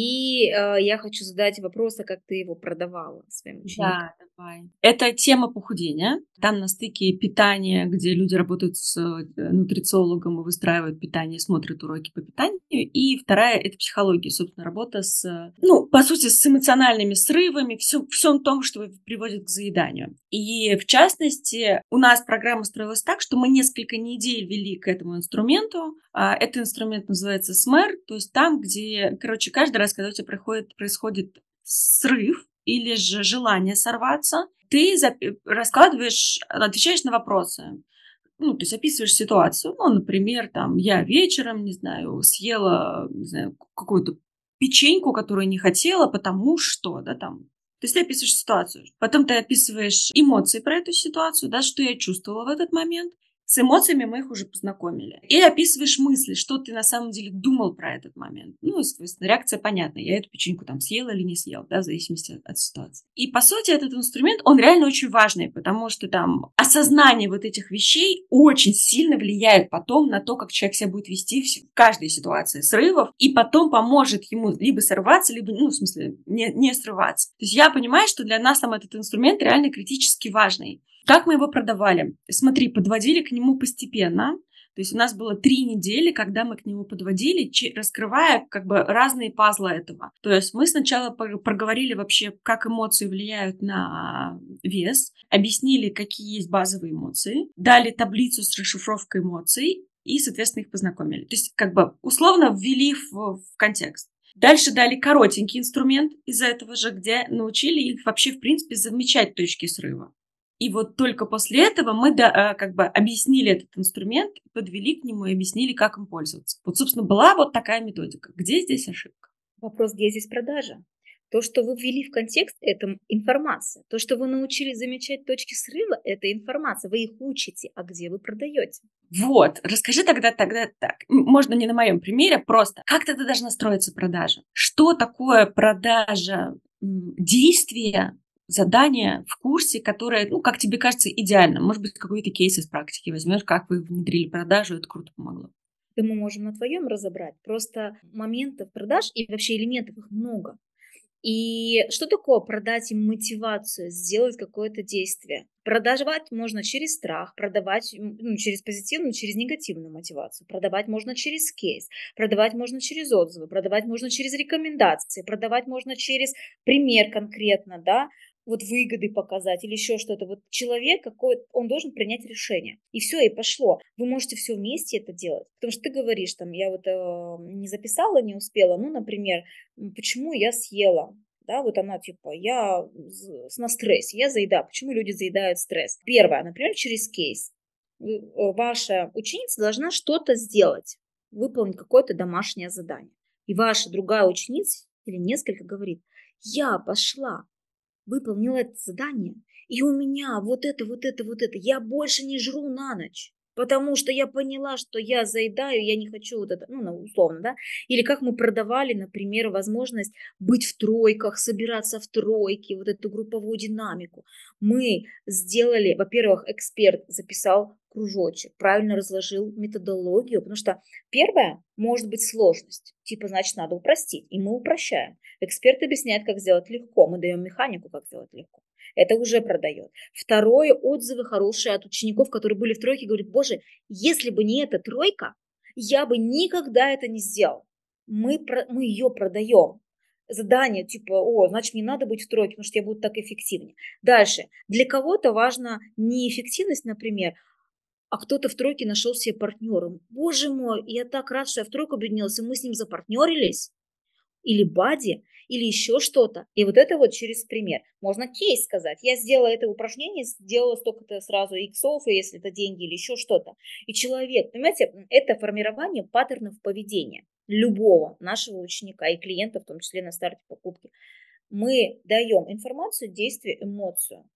и я хочу задать вопрос, а как ты его продавала своим ученикам? Да, давай. Это тема похудения. Там на стыке питания, где люди работают с нутрициологом и выстраивают питание, смотрят уроки по питанию. И вторая– это психология, собственно, работа с, ну, по сути, с эмоциональными срывами, всем том, что приводит к заеданию. И, в частности, у нас программа строилась так, что мы несколько недель вели к этому инструменту. Этот инструмент называется СМЭР, то есть там, где, короче, каждый раз, когда у тебя происходит срыв, или же желание сорваться, ты раскладываешь, отвечаешь на вопросы. Ну, то есть описываешь ситуацию. Ну, например, там, я вечером, не знаю, съела, не знаю, какую-то печеньку, которую не хотела, потому что, да, там. То есть ты описываешь ситуацию. Потом ты описываешь эмоции про эту ситуацию, да, что я чувствовала в этот момент. С эмоциями мы их уже познакомили. И описываешь мысли, что ты на самом деле думал про этот момент. Ну, и, соответственно, реакция понятна. Я эту печеньку там съела или не съела, да, в зависимости от ситуации. И, по сути, этот инструмент, он реально очень важный, потому что там осознание вот этих вещей очень сильно влияет потом на то, как человек себя будет вести в каждой ситуации срывов, и потом поможет ему либо сорваться, либо, ну, в смысле, не срываться. То есть я понимаю, что для нас там этот инструмент реально критически важный. Как мы его продавали? Смотри, подводили к нему постепенно. То есть у нас было 3 недели, когда мы к нему подводили, раскрывая как бы разные пазлы этого. То есть мы сначала проговорили вообще, как эмоции влияют на вес, объяснили, какие есть базовые эмоции, дали таблицу с расшифровкой эмоций и, соответственно, их познакомили. То есть как бы условно ввели в контекст. Дальше дали коротенький инструмент из-за этого же, где научили их вообще, в принципе, замечать точки срыва. И вот только после этого мы как бы объяснили этот инструмент, подвели к нему и объяснили, как им пользоваться. Вот, собственно, была вот такая методика. Где здесь ошибка? Вопрос, где здесь продажа? То, что вы ввели в контекст, это информация. То, что вы научились замечать точки срыва, это информация. Вы их учите, а где вы продаете? Вот, расскажи тогда так. Можно не на моем примере, просто как тогда должна строиться продажа? Что такое продажа действия, задание в курсе, которое, ну, как тебе кажется, идеально? Может быть, какой-то кейс из практики возьмешь, как вы внедрили продажу, это круто помогло. Да мы можем на твоем разобрать. Просто моментов продаж и вообще элементов их много. И что такое продать им мотивацию, сделать какое-то действие? Продавать можно через страх, продавать через позитивную, через негативную мотивацию. Продавать можно через кейс, продавать можно через отзывы, продавать можно через рекомендации, продавать можно через пример конкретно, да, вот выгоды показать или еще что-то. Вот человек какой, он должен принять решение. И все, и пошло. Вы можете все вместе это делать. Потому что ты говоришь, там, я вот не записала, не успела, ну, например, почему я съела. Да, вот она типа, я на стрессе, я заедаю. Почему люди заедают стресс? Первое, например, через кейс. Ваша ученица должна что-то сделать, выполнить какое-то домашнее задание. И ваша другая ученица или несколько говорит, я пошла, выполнила это задание, и у меня вот это, я больше не жру на ночь. Потому что я поняла, что я заедаю, я не хочу вот это, ну, условно, да. Или как мы продавали, например, возможность быть в тройках, собираться в тройке, вот эту групповую динамику. Мы сделали, во-первых, эксперт записал кружочек, правильно разложил методологию, потому что первое, может быть сложность, типа, значит, надо упростить, и мы упрощаем. Эксперт объясняет, как сделать легко, мы даем механику, как сделать легко. Это уже продает. Второе, отзывы хорошие от учеников, которые были в тройке, говорят, боже, если бы не эта тройка, я бы никогда это не сделал. Мы ее продаем. Задание типа, о, значит, мне надо быть в тройке, потому что я буду так эффективнее. Дальше. Для кого-то важна не эффективность, например, а кто-то в тройке нашел себе партнером. Боже мой, я так рад, что я в тройку объединилась, и мы с ним запартнерились. Или бади, или еще что-то. И вот это вот через пример. Можно кейс сказать. Я сделала это упражнение, сделала столько-то сразу иксов, и если это деньги или еще что-то. И человек, понимаете, это формирование паттернов поведения любого нашего ученика и клиента, в том числе на старте покупки. Мы даем информацию, действие, эмоцию.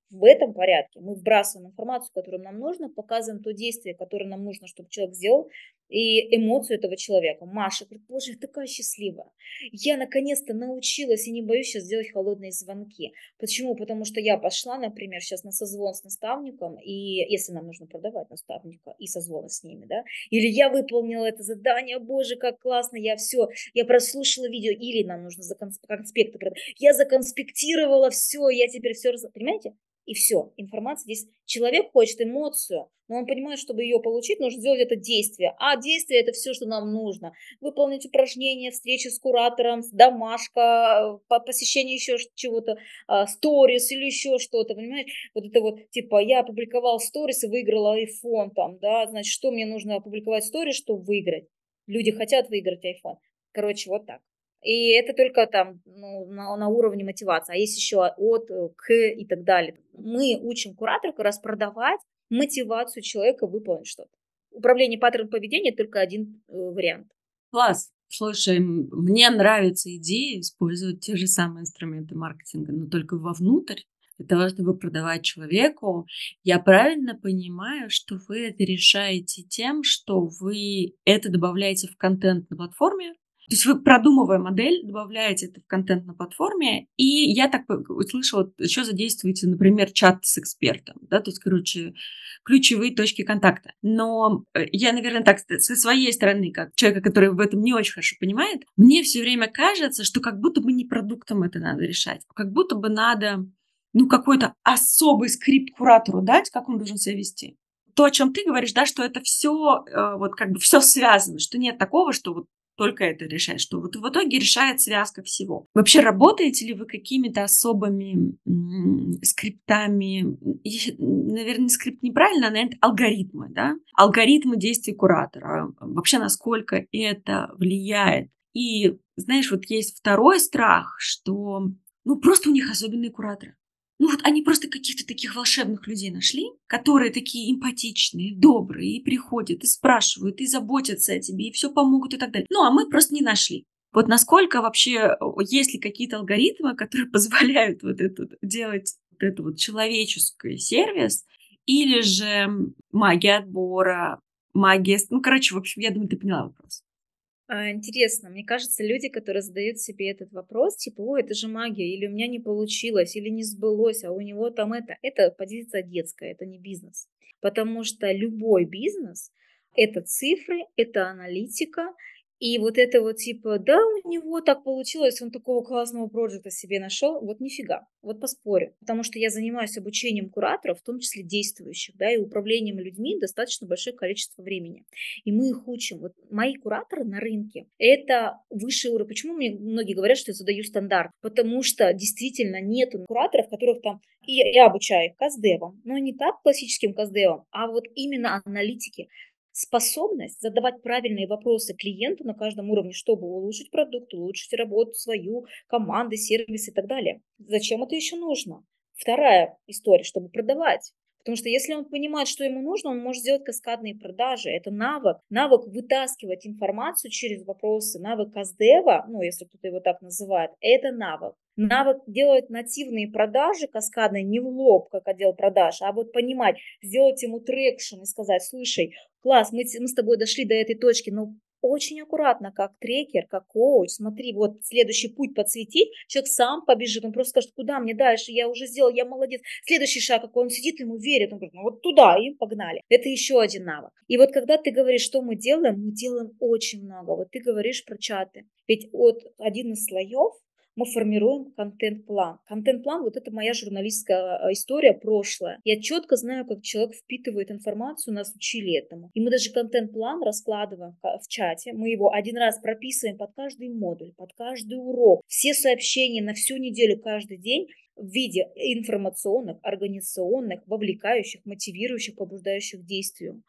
В этом порядке мы вбрасываем информацию, которую нам нужно, показываем то действие, которое нам нужно, чтобы человек сделал, и эмоцию этого человека. Маша говорит: боже, я такая счастливая. Я наконец-то научилась и не боюсь сейчас делать холодные звонки. Почему? Потому что я пошла, например, сейчас на созвон с наставником, и если нам нужно продавать наставника и созвона с ними, да, или я выполнила это задание, боже, как классно, я прослушала видео, или нам нужно конспекты продать. Я законспектировала все, я теперь все, понимаете? И все. Информация здесь. Человек хочет эмоцию, но он понимает, чтобы ее получить, нужно сделать это действие. А действие – это все, что нам нужно. Выполнить упражнения, встречи с куратором, домашка, посещение еще чего-то, сторис или еще что-то, понимаешь? Вот это вот, типа, я опубликовал сторис и выиграла iPhone там, да, значит, что мне нужно опубликовать сторис, чтобы выиграть? Люди хотят выиграть iPhone. Короче, вот так. И это только там на уровне мотивации. А есть еще от, к и так далее. Мы учим куратора как раз продавать мотивацию человека выполнить что-то. Управление паттерном поведения только один вариант. Класс. Слушай, мне нравится идея использовать те же самые инструменты маркетинга, но только вовнутрь, для того, чтобы продавать человеку. Я правильно понимаю, что вы это решаете тем, что вы это добавляете в контент на платформе? То есть вы, продумывая модель, добавляете это в контент на платформе, и я так услышала, еще задействуете, например, чат с экспертом, да, то есть, короче, ключевые точки контакта. Но я, наверное, так, со своей стороны, как человека, который в этом не очень хорошо понимает, мне все время кажется, что как будто бы не продуктом это надо решать, как будто бы надо, ну, какой-то особый скрипт куратору дать, как он должен себя вести. То, о чем ты говоришь, да, что это все, вот как бы все связано, что нет такого, что вот только это решает, что вот в итоге решает связка всего. Вообще работаете ли вы какими-то особыми скриптами, наверное, скрипт неправильно, а, наверное, алгоритмы, да? Алгоритмы действий куратора. Вообще, насколько это влияет. И, знаешь, вот есть второй страх, что, ну, просто у них особенные кураторы. Ну вот они просто каких-то таких волшебных людей нашли, которые такие эмпатичные, добрые, и приходят, и спрашивают, и заботятся о тебе, и все помогут, и так далее. Ну, а мы просто не нашли. Вот насколько вообще, есть ли какие-то алгоритмы, которые позволяют вот это делать, вот это вот человеческий сервис, или же магия отбора, магия... Ну, короче, в общем, я думаю, ты поняла вопрос. Интересно, мне кажется, люди, которые задают себе этот вопрос, типа, ой, это же магия, или у меня не получилось, или не сбылось, а у него там это позиция детская, это не бизнес. Потому что любой бизнес – это цифры, это аналитика, и вот это вот типа, да, у него так получилось, он такого классного проекта себе нашел, вот нифига, вот поспорю. Потому что я занимаюсь обучением кураторов, в том числе действующих, да, и управлением людьми достаточно большое количество времени. И мы их учим. Вот мои кураторы на рынке – это высший уровень. Почему мне многие говорят, что я задаю стандарт? Потому что действительно нет кураторов, которых там… И я обучаю их каздевам, но не так классическим каздевам, а вот именно аналитики. Способность задавать правильные вопросы клиенту на каждом уровне, чтобы улучшить продукт, улучшить работу свою, команды, сервис и так далее. Зачем это еще нужно? Вторая история, чтобы продавать. Потому что если он понимает, что ему нужно, он может сделать каскадные продажи. Это навык вытаскивать информацию через вопросы, навык каздева, ну, если кто-то его так называет, это навык. Навык делать нативные продажи каскадные не в лоб, как отдел продаж, а вот понимать, сделать ему трекшн и сказать, слушай, класс, мы с тобой дошли до этой точки, но очень аккуратно, как трекер, как коуч, смотри, вот следующий путь подсветить, человек сам побежит, он просто скажет, куда мне дальше, я уже сделал, я молодец. Следующий шаг, какой он сидит, ему верит, он говорит, ну вот туда, и погнали. Это еще один навык. И вот когда ты говоришь, что мы делаем очень много. Вот ты говоришь про чаты. Ведь вот один из слоев мы формируем контент-план. Контент-план – вот это моя журналистская история, прошлое. Я четко знаю, как человек впитывает информацию, нас учили этому. И мы даже контент-план раскладываем в чате. Мы его один раз прописываем под каждый модуль, под каждый урок. Все сообщения на всю неделю, каждый день в виде информационных, организационных, вовлекающих, мотивирующих, побуждающих к действию.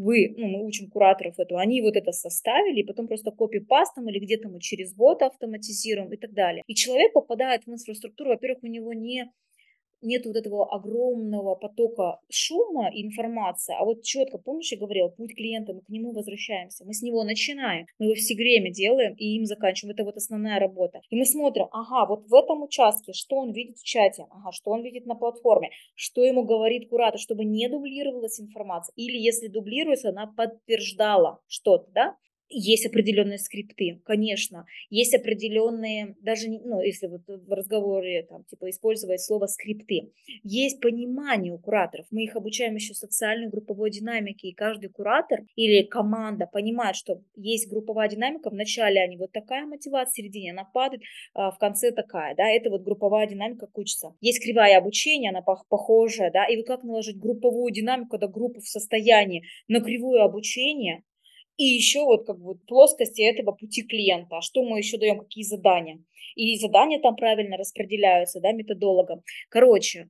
Мы учим кураторов эту, они вот это составили, и потом просто копипастом или где-то мы через бота автоматизируем и так далее. И человек попадает в инфраструктуру, во-первых, у него не нет вот этого огромного потока шума и информации, а вот четко, помнишь, я говорила, путь клиента, мы к нему возвращаемся, мы с него начинаем, мы его все время делаем и им заканчиваем, это вот основная работа. И мы смотрим, ага, вот в этом участке, что он видит в чате, ага, что он видит на платформе, что ему говорит куратор, чтобы не дублировалась информация, или если дублируется, она подтверждала что-то, да. Есть определенные скрипты, конечно, есть определенные, даже, ну, если вот в разговоре, там, типа, использовать слово скрипты, есть понимание у кураторов, мы их обучаем еще социальной групповой динамике, и каждый куратор или команда понимает, что есть групповая динамика, в начале они вот такая мотивация, в середине она падает, в конце такая, да, это вот групповая динамика учится. Есть кривая обучения, она похожая, да, и вот как наложить групповую динамику, когда группа в состоянии на кривую обучение. И еще вот как бы плоскости этого пути клиента. А что мы еще даем, какие задания? И задания там правильно распределяются, да, методологом. Короче,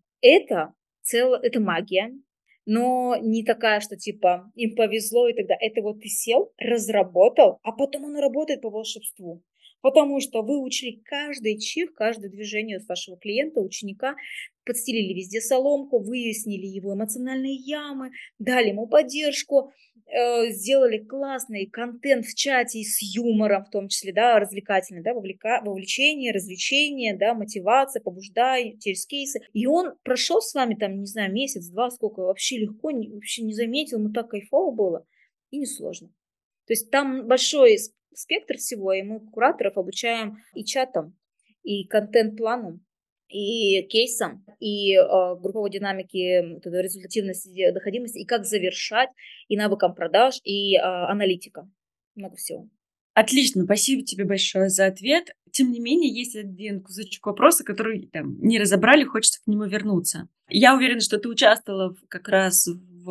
это магия, но не такая, что типа им повезло и тогда. Это вот ты сел, разработал, а потом оно работает по волшебству. Потому что вы учли каждый чих, каждое движение вашего клиента, ученика, подстелили везде соломку, выяснили его эмоциональные ямы, дали ему поддержку, сделали классный контент в чате и с юмором в том числе, да, развлекательный, да, вовлечение, развлечение, да, мотивация, побуждай через кейсы. И он прошел с вами там, не знаю, месяц-два, сколько, вообще легко, вообще не заметил, ему так кайфово было и несложно. То есть там большой спектр всего, и мы кураторов обучаем и чатам, и контент-планом, и кейсам, и групповой динамике, результативности, доходимости, и как завершать, и навыкам продаж, и аналитика. Много всего. Отлично, спасибо тебе большое за ответ. Тем не менее, есть один кусочек вопроса, который там не разобрали, хочется к нему вернуться. Я уверена, что ты участвовала как раз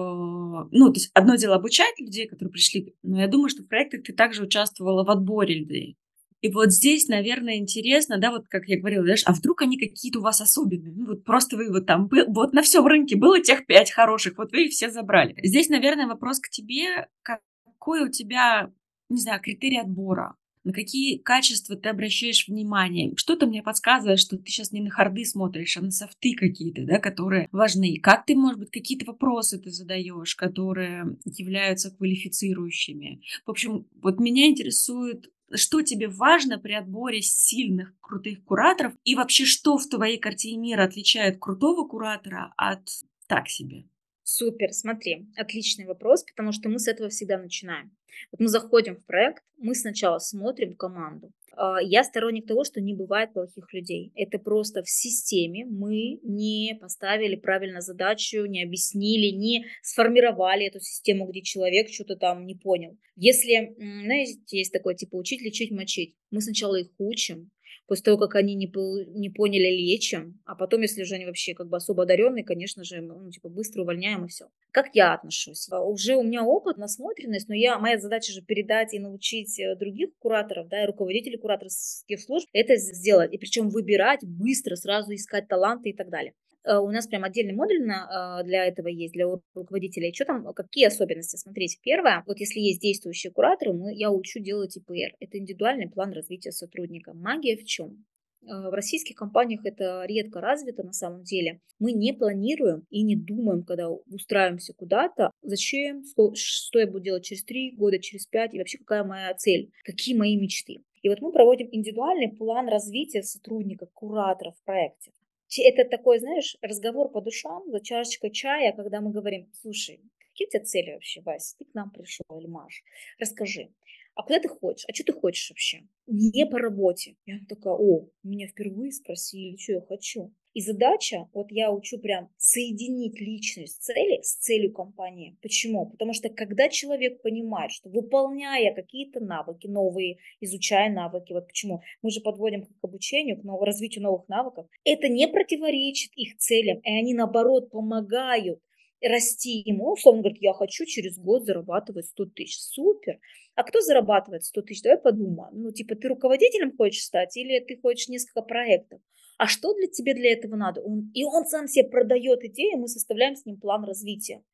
ну, то есть одно дело обучать людей, которые пришли, но я думаю, что в проектах ты также участвовала в отборе людей. И вот здесь, наверное, интересно, да, вот как я говорила, знаешь, а вдруг они какие-то у вас особенные? Ну, вот просто вы вот там, вот на всем рынке было тех 5 хороших, вот вы их все забрали. Здесь, наверное, вопрос к тебе, какой у тебя, не знаю, критерий отбора? На какие качества ты обращаешь внимание? Что-то мне подсказывает, что ты сейчас не на харды смотришь, а на софты какие-то, да, которые важны. Как ты, может быть, какие-то вопросы ты задаешь, которые являются квалифицирующими? В общем, вот меня интересует, что тебе важно при отборе сильных, крутых кураторов, и вообще, что в твоей картине мира отличает крутого куратора от так себе? Супер, смотри, отличный вопрос, потому что мы с этого всегда начинаем. Вот мы заходим в проект, мы сначала смотрим команду. Я сторонник того, что не бывает плохих людей. Это просто в системе мы не поставили правильно задачу, не объяснили, не сформировали эту систему, где человек что-то там не понял. Если, знаете, есть такое типа учить, лечить, мочить. Мы сначала их учим, после того, как они не поняли, лечим, а потом, если же они вообще как бы особо одаренные, конечно же, ну, типа быстро увольняем и все. Как я отношусь? Уже у меня опыт, насмотренность, но моя задача же передать и научить других кураторов, да, и руководителей кураторских служб это сделать. И причем выбирать быстро, сразу искать таланты и так далее. У нас прям отдельный модуль для этого есть, для руководителей. Что там, какие особенности? Смотрите, первое, вот если есть действующие кураторы, я учу делать ИПР. Это индивидуальный план развития сотрудника. Магия в чем? В российских компаниях это редко развито на самом деле. Мы не планируем и не думаем, когда устраиваемся куда-то, зачем, что я буду делать через 3 года, через 5, и вообще какая моя цель, какие мои мечты. И вот мы проводим индивидуальный план развития сотрудника, куратора в проекте. Это такой, знаешь, разговор по душам за чашечкой чая, когда мы говорим, слушай, какие у тебя цели вообще, Вася? Ты к нам пришел, или Маш? Расскажи, а куда ты хочешь? А что ты хочешь вообще? Не по работе. Я такая, меня впервые спросили, что я хочу. И задача, вот я учу прям соединить личность цели с целью компании. Почему? Потому что когда человек понимает, что выполняя какие-то навыки новые, изучая навыки, вот почему мы же подводим к обучению, к развитию новых навыков, это не противоречит их целям, и они наоборот помогают расти ему, условно говорит, я хочу через год зарабатывать 100 тысяч. Супер. А кто зарабатывает 100 тысяч? Давай подумаем. Ну, типа, ты руководителем хочешь стать или ты хочешь несколько проектов? А что для тебя для этого надо? Он сам себе продает идею, мы составляем с ним план развития.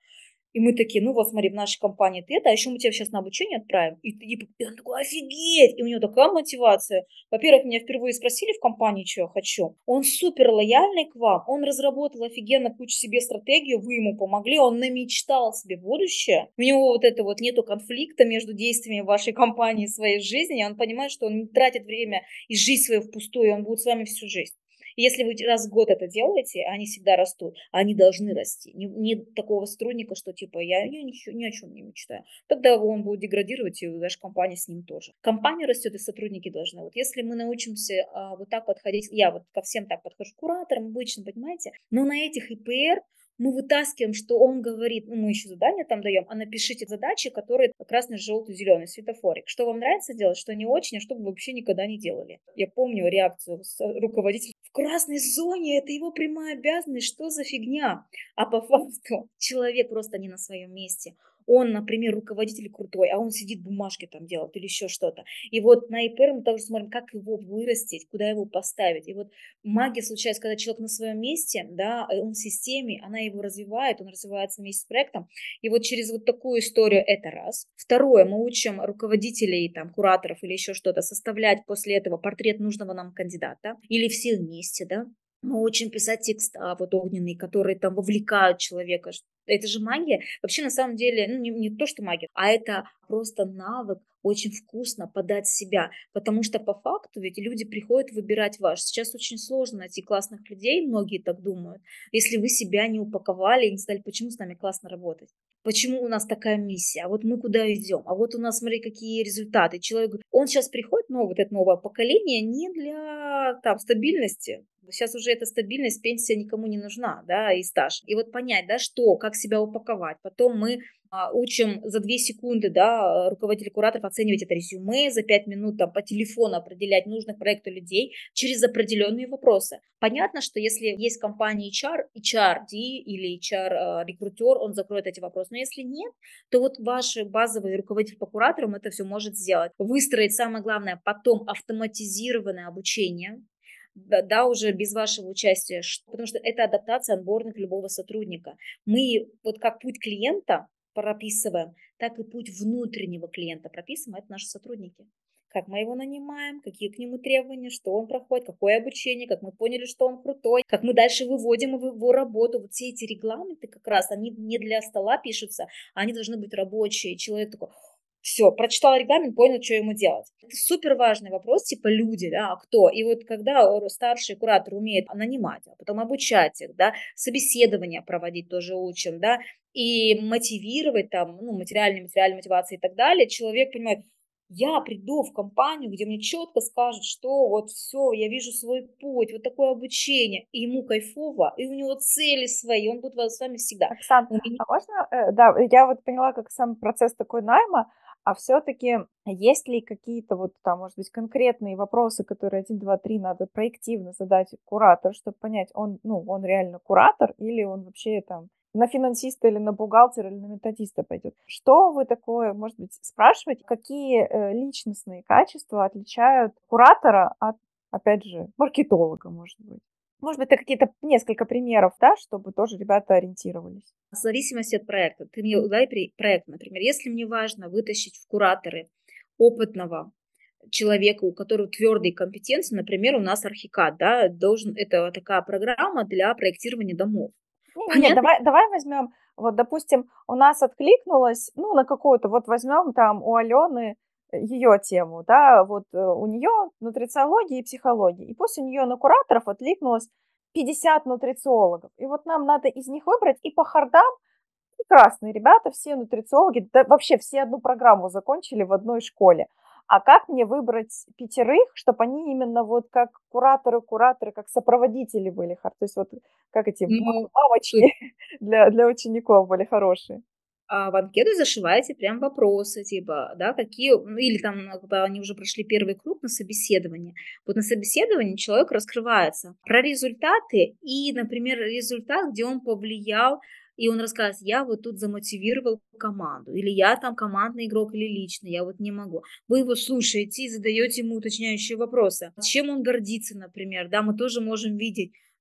И мы такие, ну вот смотри, в нашей компании ты это, а еще мы тебя сейчас на обучение отправим. И он такой, офигеть! И у него такая мотивация. Во-первых, меня впервые спросили в компании, что я хочу. Он супер лояльный к вам, он разработал офигенно кучу себе стратегию, вы ему помогли, он намечтал себе будущее. У него вот это вот нету конфликта между действиями вашей компании и своей жизни, и он понимает, что он не тратит время и жизнь свою впустую, он будет с вами всю жизнь. Если вы раз в год это делаете, они всегда растут, они должны расти. Нет такого сотрудника, что типа я ничего, ни о чем не мечтаю. Тогда он будет деградировать, и ваша компания с ним тоже. Компания растет, и сотрудники должны. Вот если мы научимся вот так подходить, я вот ко всем так подхожу, кураторам обычно, понимаете, но на этих ИПР мы вытаскиваем, что он говорит, ну, мы еще задание там даем, а напишите задачи, которые красный, желтый, зеленый, светофорик. Что вам нравится делать, что не очень, а что вы вообще никогда не делали. Я помню реакцию руководителя. В красной зоне это его прямая обязанность, что за фигня? А по факту человек просто не на своем месте. Он, например, руководитель крутой, а он сидит бумажки там делает или еще что-то. И вот на ИПР мы также смотрим, как его вырастить, куда его поставить. И вот магия случается, когда человек на своем месте, да, он в системе, она его развивает, он развивается вместе с проектом. И вот через вот такую историю это раз. Второе, мы учим руководителей, там, кураторов или еще что-то составлять после этого портрет нужного нам кандидата или все вместе, да. Мы учим писать текста вот огненные, которые там вовлекают человека. Это же магия. Вообще, на самом деле, ну, не то, что магия, а это просто навык очень вкусно подать себя. Потому что по факту ведь люди приходят выбирать вас. Сейчас очень сложно найти классных людей, многие так думают, если вы себя не упаковали и не сказали, почему с нами классно работать. Почему у нас такая миссия? А вот мы куда идем? А вот у нас, смотри, какие результаты. Человек говорит, он сейчас приходит, вот это новое поколение, не для там, стабильности. Сейчас уже эта стабильность, пенсия никому не нужна, да, и стаж. И вот понять, да, что, как себя упаковать. Потом мы учим за 2 секунды, да, руководителей кураторов оценивать это резюме, за 5 минут там, по телефону определять нужных проекту людей через определенные вопросы. Понятно, что если есть компания HR, HRD или HR-рекрутер, он закроет эти вопросы. Но если нет, то вот ваш базовый руководитель по кураторам это все может сделать. Выстроить, самое главное, потом автоматизированное обучение, да, уже без вашего участия, потому что это адаптация, анбординг любого сотрудника. Мы вот как путь клиента прописываем, так и путь внутреннего клиента прописываем, это наши сотрудники. Как мы его нанимаем, какие к нему требования, что он проходит, какое обучение, как мы поняли, что он крутой, как мы дальше выводим его работу. Вот все эти регламенты как раз, они не для стола пишутся, они должны быть рабочие. Человек такой, все, прочитал регламент, понял, что ему делать. Это супер важный вопрос, типа люди, да, а кто? И вот когда старший куратор умеет нанимать, а потом обучать их, да, собеседования проводить тоже учим, да, и мотивировать там, ну, материальной мотивации и так далее, человек понимает, я приду в компанию, где мне четко скажут, что вот все, я вижу свой путь, вот такое обучение, и ему кайфово, и у него цели свои, он будет с вами всегда. Оксан, а можно, да, я вот поняла, как сам процесс такой найма, а все-таки есть ли какие-то вот там, может быть, конкретные вопросы, которые 1, 2, 3 надо проактивно задать куратору, чтобы понять, он реально куратор или он вообще там на финансиста или на бухгалтера или на методиста пойдет. Что вы такое, может быть, спрашиваете, какие личностные качества отличают куратора от, опять же, маркетолога, может быть? Может быть, это какие-то несколько примеров, да, чтобы тоже ребята ориентировались. В зависимости от проекта. Ты мне дай проект, например. Если мне важно вытащить в кураторы опытного человека, у которого твердые компетенции, например, у нас Архикад, да, это такая программа для проектирования домов. Нет, давай возьмем, вот, допустим, у нас откликнулось, на какую-то, вот возьмем там у Алены ее тему, да, вот у нее нутрициология и психология, и пусть у нее на кураторов откликнулось 50 нутрициологов, и вот нам надо из них выбрать, и по хардам прекрасные ребята, все нутрициологи, да, вообще все одну программу закончили в одной школе. А как мне выбрать 5, чтобы они именно вот как кураторы, как сопроводители были, то есть вот как эти мамочки для учеников были хорошие? В анкету зашиваете прям вопросы, типа, да, какие, или там, когда они уже прошли первый круг на собеседование. Вот на собеседовании человек раскрывается про результаты и, например, результат, где он повлиял, и он рассказывает, я вот тут замотивировал команду, или я там командный игрок или личный, я вот не могу. Вы его слушаете и задаете ему уточняющие вопросы. Чем он гордится, например, да, мы тоже можем видеть,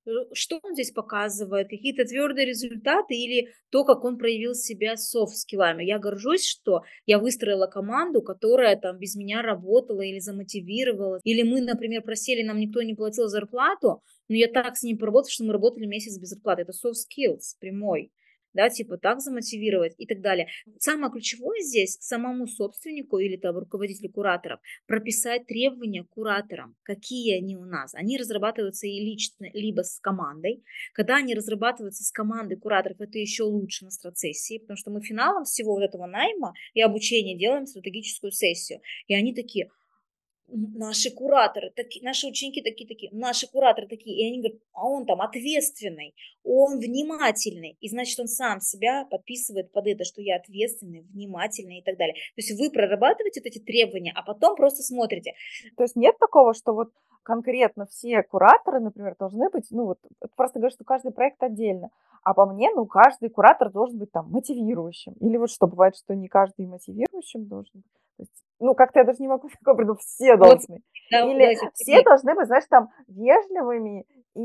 что он здесь показывает, какие-то твердые результаты или то, как он проявил себя софт-скиллами. Я горжусь, что я выстроила команду, которая там без меня работала или замотивировала, или мы, например, просели, нам никто не платил зарплату, но я так с ним поработала, что мы работали месяц без зарплаты. Это soft skills прямой. Да, типа так замотивировать и так далее. Самое ключевое здесь самому собственнику или там руководителю кураторов прописать требования к кураторам, какие они у нас. Они разрабатываются и лично, либо с командой. Когда они разрабатываются с командой кураторов, это еще лучше на страцессии, потому что мы финалом всего вот этого найма и обучения делаем стратегическую сессию. И они такие: наши кураторы такие, наши ученики такие, наши кураторы такие. И они говорят: а он там ответственный, он внимательный. И значит, он сам себя подписывает под это, что я ответственный, внимательный и так далее. То есть вы прорабатываете вот эти требования, а потом просто смотрите. То есть нет такого, что вот конкретно все кураторы, например, должны быть, ну вот, это просто говорю, что каждый проект отдельно. А по мне, ну, каждый куратор должен быть там мотивирующим. Или вот что, бывает, что не каждый мотивирующим должен быть. То есть, ну, как-то я даже не могу такое придумать, все Вот, должны. да, Или давайте все пример. должны быть, знаешь, там, вежливыми и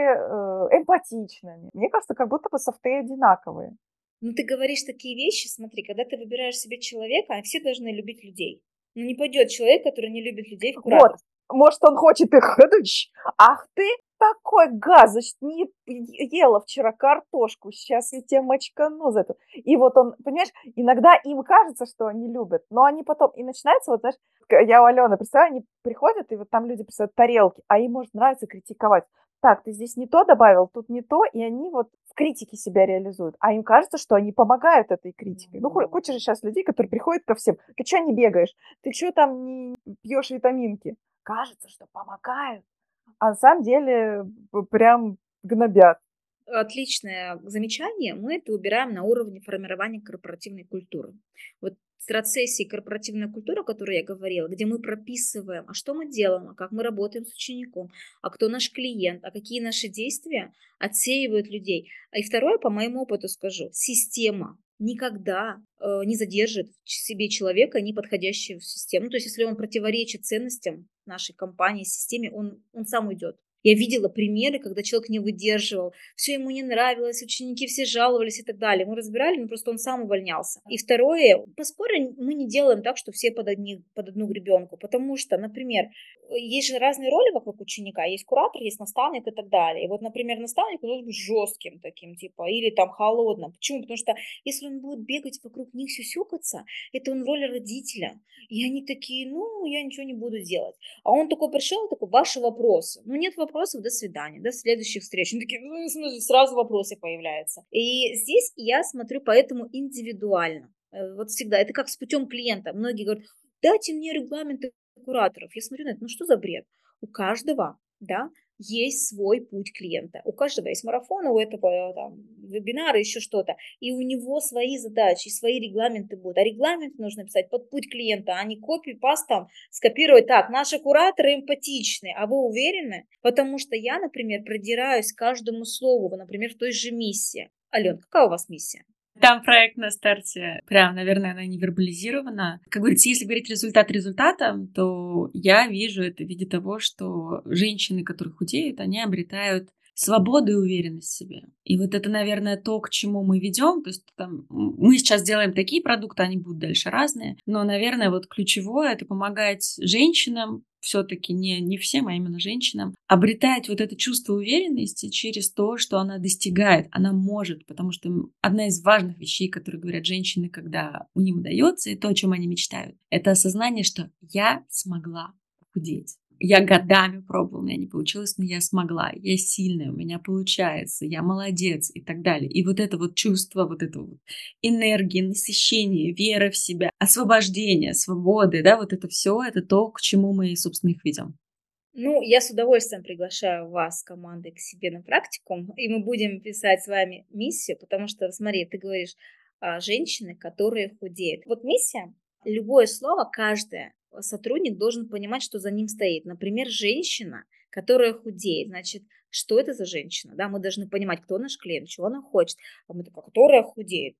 эмпатичными. Мне кажется, как будто бы софты одинаковые. Ну, ты говоришь такие вещи, смотри, когда ты выбираешь себе человека, а все должны любить людей. Ну, не пойдет человек, который не любит людей в Вот, куратор. может, он хочет их ходыч. Ах ты такой газ, значит, не ела вчера картошку, сейчас я тебя мочкану за это. И вот он, понимаешь, иногда им кажется, что они любят, но они потом, и начинается, вот знаешь, я у Алены, представляю, они приходят, и вот там люди представляют тарелки, а им, может, нравится критиковать. Так, ты здесь не то добавил, тут не то, и они вот в критике себя реализуют. А им кажется, что они помогают этой критикой. Ну, куча же сейчас людей, которые приходят ко всем. Ты что не бегаешь? Ты что там не пьешь витаминки? Кажется, что помогают, а на самом деле прям гнобят. Отличное замечание. Мы это убираем на уровне формирования корпоративной культуры. Вот страцессии корпоративная культура, о которой я говорила, где мы прописываем, а что мы делаем, а как мы работаем с учеником, а кто наш клиент, а какие наши действия отсеивают людей. И второе, по моему опыту скажу, система никогда не задержит в себе человека, не подходящего в систему. Ну, то есть, если он противоречит ценностям нашей компании, системе, он сам уйдет. Я видела примеры, когда человек не выдерживал, все ему не нравилось, ученики все жаловались и так далее. Мы разбирали, но просто он сам увольнялся. И второе, по спору мы не делаем так, что все под одну гребенку, потому что, например, есть же разные роли вокруг ученика, есть куратор, есть наставник и так далее. И вот, например, наставник должен быть жестким таким, типа, или там холодным. Почему? Потому что если он будет бегать вокруг них, сюсюкаться, это он в роли родителя. И они такие: ну, я ничего не буду делать. А он такой пришел, такой: ваши вопросы. Ну, нет вопросов, до свидания, до следующих встреч. Они такие: ну, в смысле, сразу вопросы появляются. И здесь я смотрю поэтому индивидуально. Вот всегда. Это как с путем клиента. Многие говорят: дайте мне регламенты кураторов. Я смотрю на это: ну что за бред? У каждого, да, есть свой путь клиента. У каждого есть марафон, у этого там, вебинары, еще что-то. И у него свои задачи, свои регламенты будут. А регламент нужно писать под путь клиента, а не копи-паст там скопировать. Так, наши кураторы эмпатичны, а вы уверены? Потому что я, например, продираюсь к каждому слову, например, в той же миссии. Ален, какая у вас миссия? Там проект на старте, прям, наверное, она не вербализирована. Как говорится, если говорить результат результатом, то я вижу это в виде того, что женщины, которые худеют, они обретают свободу и уверенность в себе. И вот это, наверное, то, к чему мы ведем. То есть там, мы сейчас делаем такие продукты, они будут дальше разные. Но, наверное, вот ключевое — это помогать женщинам, все-таки не всем, а именно женщинам, обретать вот это чувство уверенности через то, что она достигает, она может, потому что одна из важных вещей, которые говорят женщины, когда у них удается, и то, о чем они мечтают, это осознание, что я смогла похудеть. Я годами пробовала, у меня не получилось, но я смогла, я сильная, у меня получается, я молодец и так далее. И вот это вот чувство, вот это вот энергии, насыщения, веры в себя, освобождения, свободы, да, вот это все, это то, к чему мы, собственно, их ведем. Ну, я с удовольствием приглашаю вас с командой к себе на практикум, и мы будем писать с вами миссию, потому что, смотри, ты говоришь, женщины, которые худеют. Вот миссия, любое слово, каждый сотрудник должен понимать, что за ним стоит. Например, женщина, которая худеет, значит, что это за женщина? Да, мы должны понимать, кто наш клиент, чего она хочет. А мы такая: которая худеет.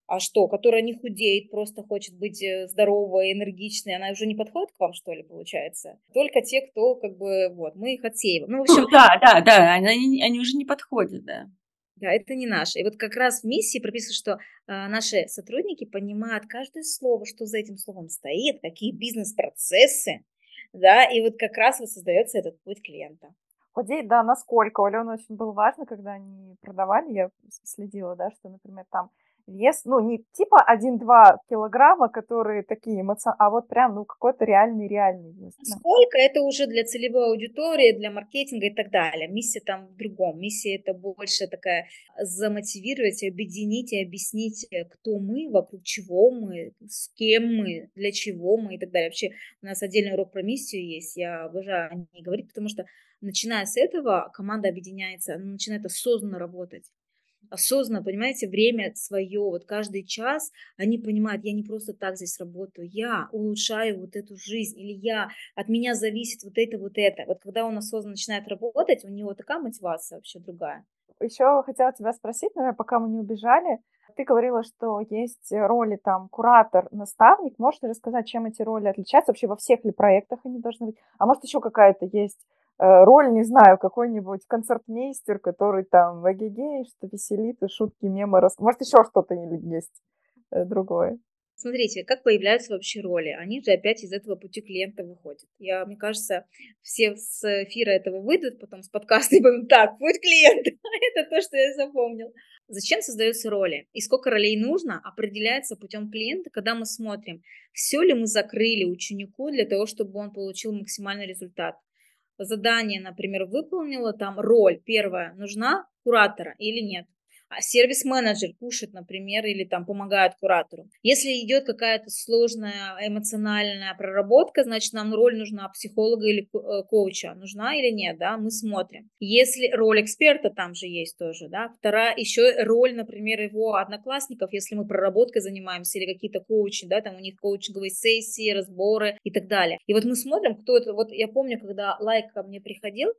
А что, которая не худеет, просто хочет быть здоровой, энергичной, она уже не подходит к вам, что ли, получается? Только те, кто, как бы, вот, мы их отсеиваем. Ну, в общем, Ну да, они уже не подходят, да. да, это не наше. И вот как раз в миссии прописано, что наши сотрудники понимают каждое слово, что за этим словом стоит, какие бизнес-процессы, да, и вот как раз вот создается этот путь клиента. Худеть, да, насколько. У Алены очень было важно, когда они продавали, я следила, да, что, например, там вес, ну, не типа 1-2 килограмма, которые такие а вот прям, ну, какой-то реальный вес. Да. Сколько это уже для целевой аудитории, для маркетинга и так далее. Миссия там в другом. Миссия это больше такая замотивировать, объединить и объяснить, кто мы, вокруг чего мы, с кем мы, для чего мы и так далее. Вообще у нас отдельный урок про миссию есть. Я обожаю о ней говорить, потому что начиная с этого команда объединяется, она начинает осознанно работать. Осознанно, понимаете, время свое, вот каждый час они понимают, я не просто так здесь работаю, я улучшаю вот эту жизнь, или от меня зависит вот это, вот это. Вот когда он осознанно начинает работать, у него такая мотивация вообще другая. Еще хотела тебя спросить, наверное, пока мы не убежали. Ты говорила, что есть роли там куратор, наставник. Можешь ли рассказать, чем эти роли отличаются? Вообще во всех ли проектах они должны быть? А может еще какая-то есть роль, не знаю, какой-нибудь концертмейстер, который там в эгегей, что веселит, и шутки, мемы. Может еще что-то есть другое? Смотрите, как появляются вообще роли. Они же опять из этого пути клиента выходят. Мне кажется, все с эфира этого выйдут, потом с подкаста и будем так, путь клиента. Это то, что я запомнил. Зачем создаются роли? И сколько ролей нужно, определяется путем клиента, когда мы смотрим, все ли мы закрыли ученику для того, чтобы он получил максимальный результат. Задание, например, выполнила, там роль первая нужна куратора или нет. А сервис-менеджер пушит, например, или там помогает куратору. Если идет какая-то сложная эмоциональная проработка, значит, нам роль нужна психолога или коуча. Нужна или нет, да, мы смотрим. Если роль эксперта там же есть тоже, да. Вторая еще роль, например, его одноклассников, если мы проработкой занимаемся или какие-то коучи, да, там у них коучинговые сессии, разборы и так далее. И вот мы смотрим, кто это. Вот я помню, когда Лайк ко мне приходил,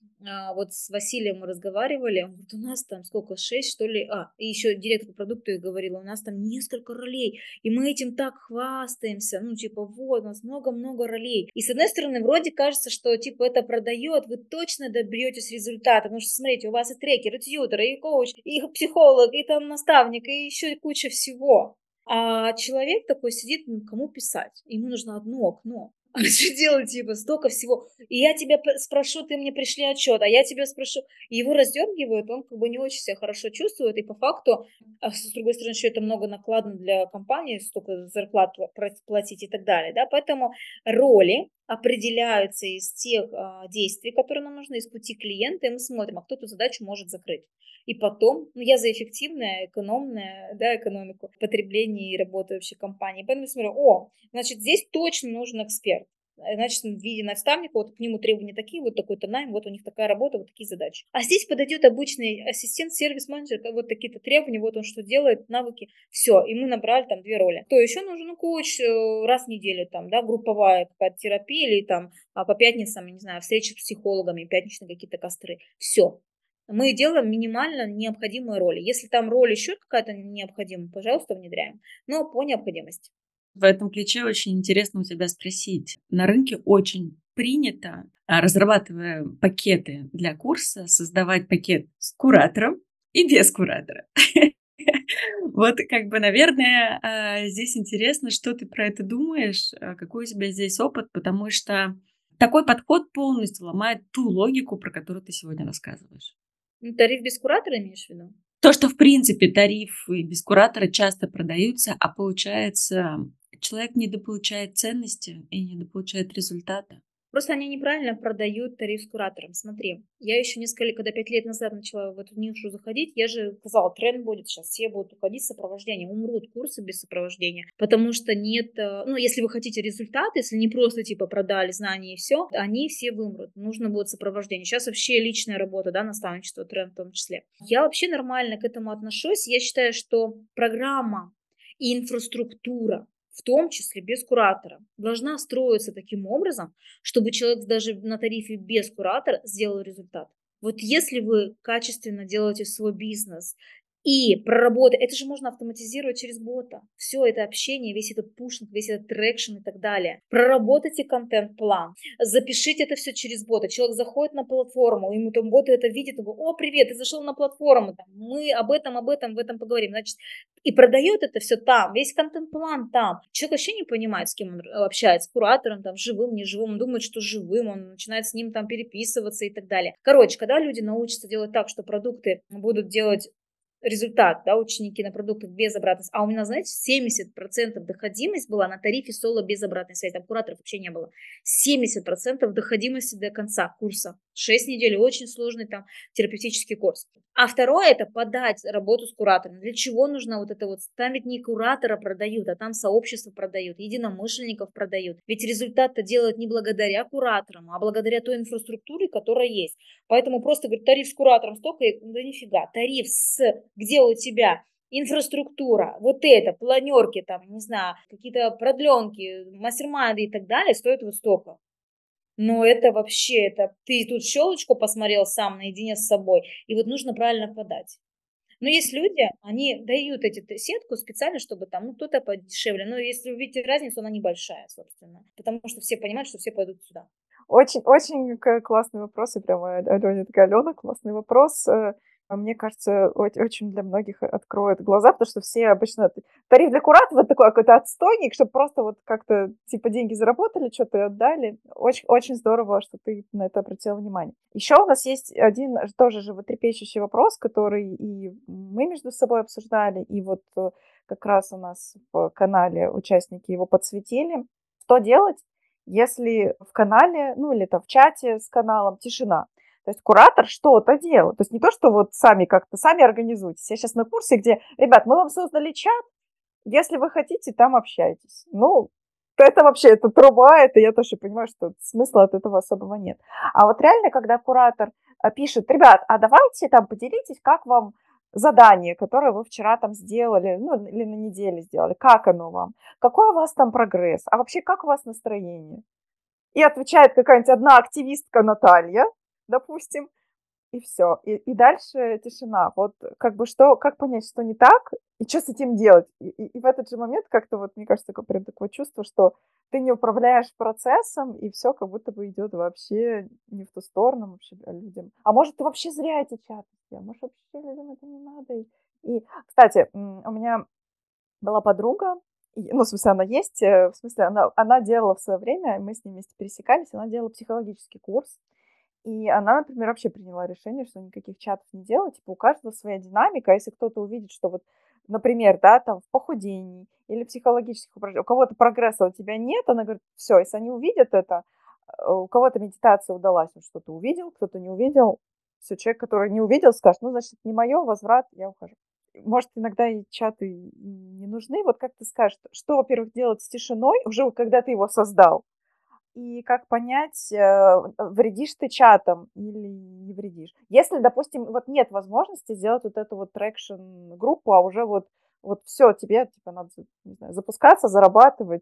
вот с Василием мы разговаривали, он говорит, у нас там сколько, 6, что ли, и еще директор по продукту и говорила, у нас там несколько ролей, и мы этим так хвастаемся, ну, типа, вот, у нас много-много ролей. И с одной стороны, вроде кажется, что, типа, это продает, вы точно добьетесь результата, потому что, смотрите, у вас и трекер, и тьютер, и коуч, и психолог, и там наставник, и еще куча всего. А человек такой сидит, кому писать? Ему нужно одно окно. А что делать, типа, столько всего. И я тебя спрошу, ты мне пришли отчет, а я тебя спрошу. И его раздергивают, он как бы не очень себя хорошо чувствует. И по факту, с другой стороны, еще это много накладно для компании, столько зарплат платить и так далее. Да? Поэтому роли определяются из тех действий, которые нам нужны, из пути клиента, и мы смотрим, а кто эту задачу может закрыть. И потом, я за эффективное, экономное, да, экономику потребления и работы вообще компании. Поэтому я смотрю, значит, здесь точно нужен эксперт. Значит, в виде наставника, вот к нему требования такие, вот такой-то найм, вот у них такая работа, вот такие задачи. А здесь подойдет обычный ассистент, сервис-менеджер, вот такие-то требования, вот он что делает, навыки, все, и мы набрали там 2 роли. То еще нужен коуч раз в неделю, там, да, групповая какая-то терапия, или там по пятницам, не знаю, встречи с психологами, пятничные какие-то костры. Все. Мы делаем минимально необходимые роли. Если там роль еще какая-то необходима, пожалуйста, внедряем, но по необходимости. В этом ключе очень интересно у тебя спросить. На рынке очень принято, разрабатывая пакеты для курса, создавать пакет с куратором и без куратора. Вот, как бы, наверное, здесь интересно, что ты про это думаешь, какой у тебя здесь опыт, потому что такой подход полностью ломает ту логику, про которую ты сегодня рассказываешь. Тариф без куратора имеешь в виду? То, что, в принципе, тарифы без куратора часто продаются, а получается, человек недополучает ценности и недополучает результата. Просто они неправильно продают тариф с куратором. Смотри, я еще когда 5 лет назад начала в эту нишу заходить, я же сказала, тренд будет сейчас, все будут уходить с сопровождением, умрут курсы без сопровождения, потому что нет, если вы хотите результат, если не просто типа продали знания и все, они все вымрут, нужно будет сопровождение. Сейчас вообще личная работа, да, наставничество, тренд в том числе. Я вообще нормально к этому отношусь, я считаю, что программа и инфраструктура, в том числе без куратора, должна строиться таким образом, чтобы человек даже на тарифе без куратора сделал результат. Вот если вы качественно делаете свой бизнес И проработать, это же можно автоматизировать через бота. Все это общение, весь этот пушинг, весь этот трекшн и так далее. Проработайте контент-план, запишите это все через бота. Человек заходит на платформу, ему там боты это видит, и говорит: о, привет, ты зашел на платформу, там, мы об этом, в этом поговорим. Значит, и продает это все там, весь контент-план там. Человек вообще не понимает, с кем он общается, с куратором, там, живым, неживым, он думает, что живым, он начинает с ним там переписываться и так далее. Короче, когда люди научатся делать так, что продукты будут делать результат, да, ученики на продуктах без обратной связи. А у меня, знаете, 70% доходимость была на тарифе соло без обратной связи. Там кураторов вообще не было. 70% доходимости до конца курса. 6 недель, очень сложный там терапевтический курс. А второе – это подать работу с куратором. Для чего нужно вот это вот? Там ведь не куратора продают, а там сообщество продают, единомышленников продают. Ведь результат-то делают не благодаря кураторам, а благодаря той инфраструктуре, которая есть. Поэтому просто говорит, тариф с куратором столько, да нифига, тариф с, где у тебя инфраструктура, вот это, планерки, там, не знаю, какие-то продленки, мастер-майнды и так далее, стоит вот столько. Но это вообще, это ты тут щелочку посмотрел сам наедине с собой, и вот нужно правильно подать. Но есть люди, они дают сетку специально, чтобы там, ну, кто-то подешевле. Но если вы видите разницу, она небольшая, собственно. Потому что все понимают, что все пойдут сюда. Очень классный вопрос, и прямо Алене такая: Алена, классный вопрос. Мне кажется, очень для многих откроет глаза, потому что все обычно... Тариф для куратора вот такой какой-то отстойник, чтобы просто вот как-то типа деньги заработали, что-то отдали. Очень здорово, что ты на это обратила внимание. Еще у нас есть один тоже животрепещущий вопрос, который и мы между собой обсуждали, и вот как раз у нас в канале участники его подсветили. Что делать, если в канале, ну или там в чате с каналом тишина? То есть куратор что-то делает. То есть не то, что вот сами организуйтесь. Я сейчас на курсе, где, ребят, мы вам создали чат, если вы хотите, там общайтесь. Ну, это вообще, это труба, это я тоже понимаю, что смысла от этого особого нет. А вот реально, когда куратор пишет: ребят, а давайте там поделитесь, как вам задание, которое вы вчера там сделали, ну, или на неделе сделали, как оно вам, какой у вас там прогресс, а вообще как у вас настроение? И отвечает какая-нибудь одна активистка Наталья, допустим, и все. И дальше тишина. Вот как бы что, как понять, что не так, и что с этим делать? И в этот же момент как-то вот, мне кажется, прям такое чувство, что ты не управляешь процессом, и все как будто бы идет вообще не в ту сторону вообще людям. А может, ты вообще зря эти чаты сделал? Может, вообще людям это не надо? Кстати, у меня была подруга, ну, в смысле, она есть, в смысле, она делала в свое время, мы с ней вместе пересекались, она делала психологический курс, и она, например, вообще приняла решение, что никаких чатов не делать, типа у каждого своя динамика, если кто-то увидит, что вот, например, да, там в похудении или психологических упражнениях у кого-то прогресса у тебя нет, она говорит, все, если они увидят это, у кого-то медитация удалась, он что-то увидел, кто-то не увидел, все, человек, который не увидел, скажет, ну, значит, не мое, возврат, я ухожу. Может, иногда и чаты не нужны. Вот как ты скажешь, что, во-первых, делать с тишиной, уже когда ты его создал, и как понять, вредишь ты чатом или не вредишь. Если, допустим, вот нет возможности сделать вот эту вот трекшн-группу, а уже вот все, тебе типа надо, не знаю, запускаться, зарабатывать,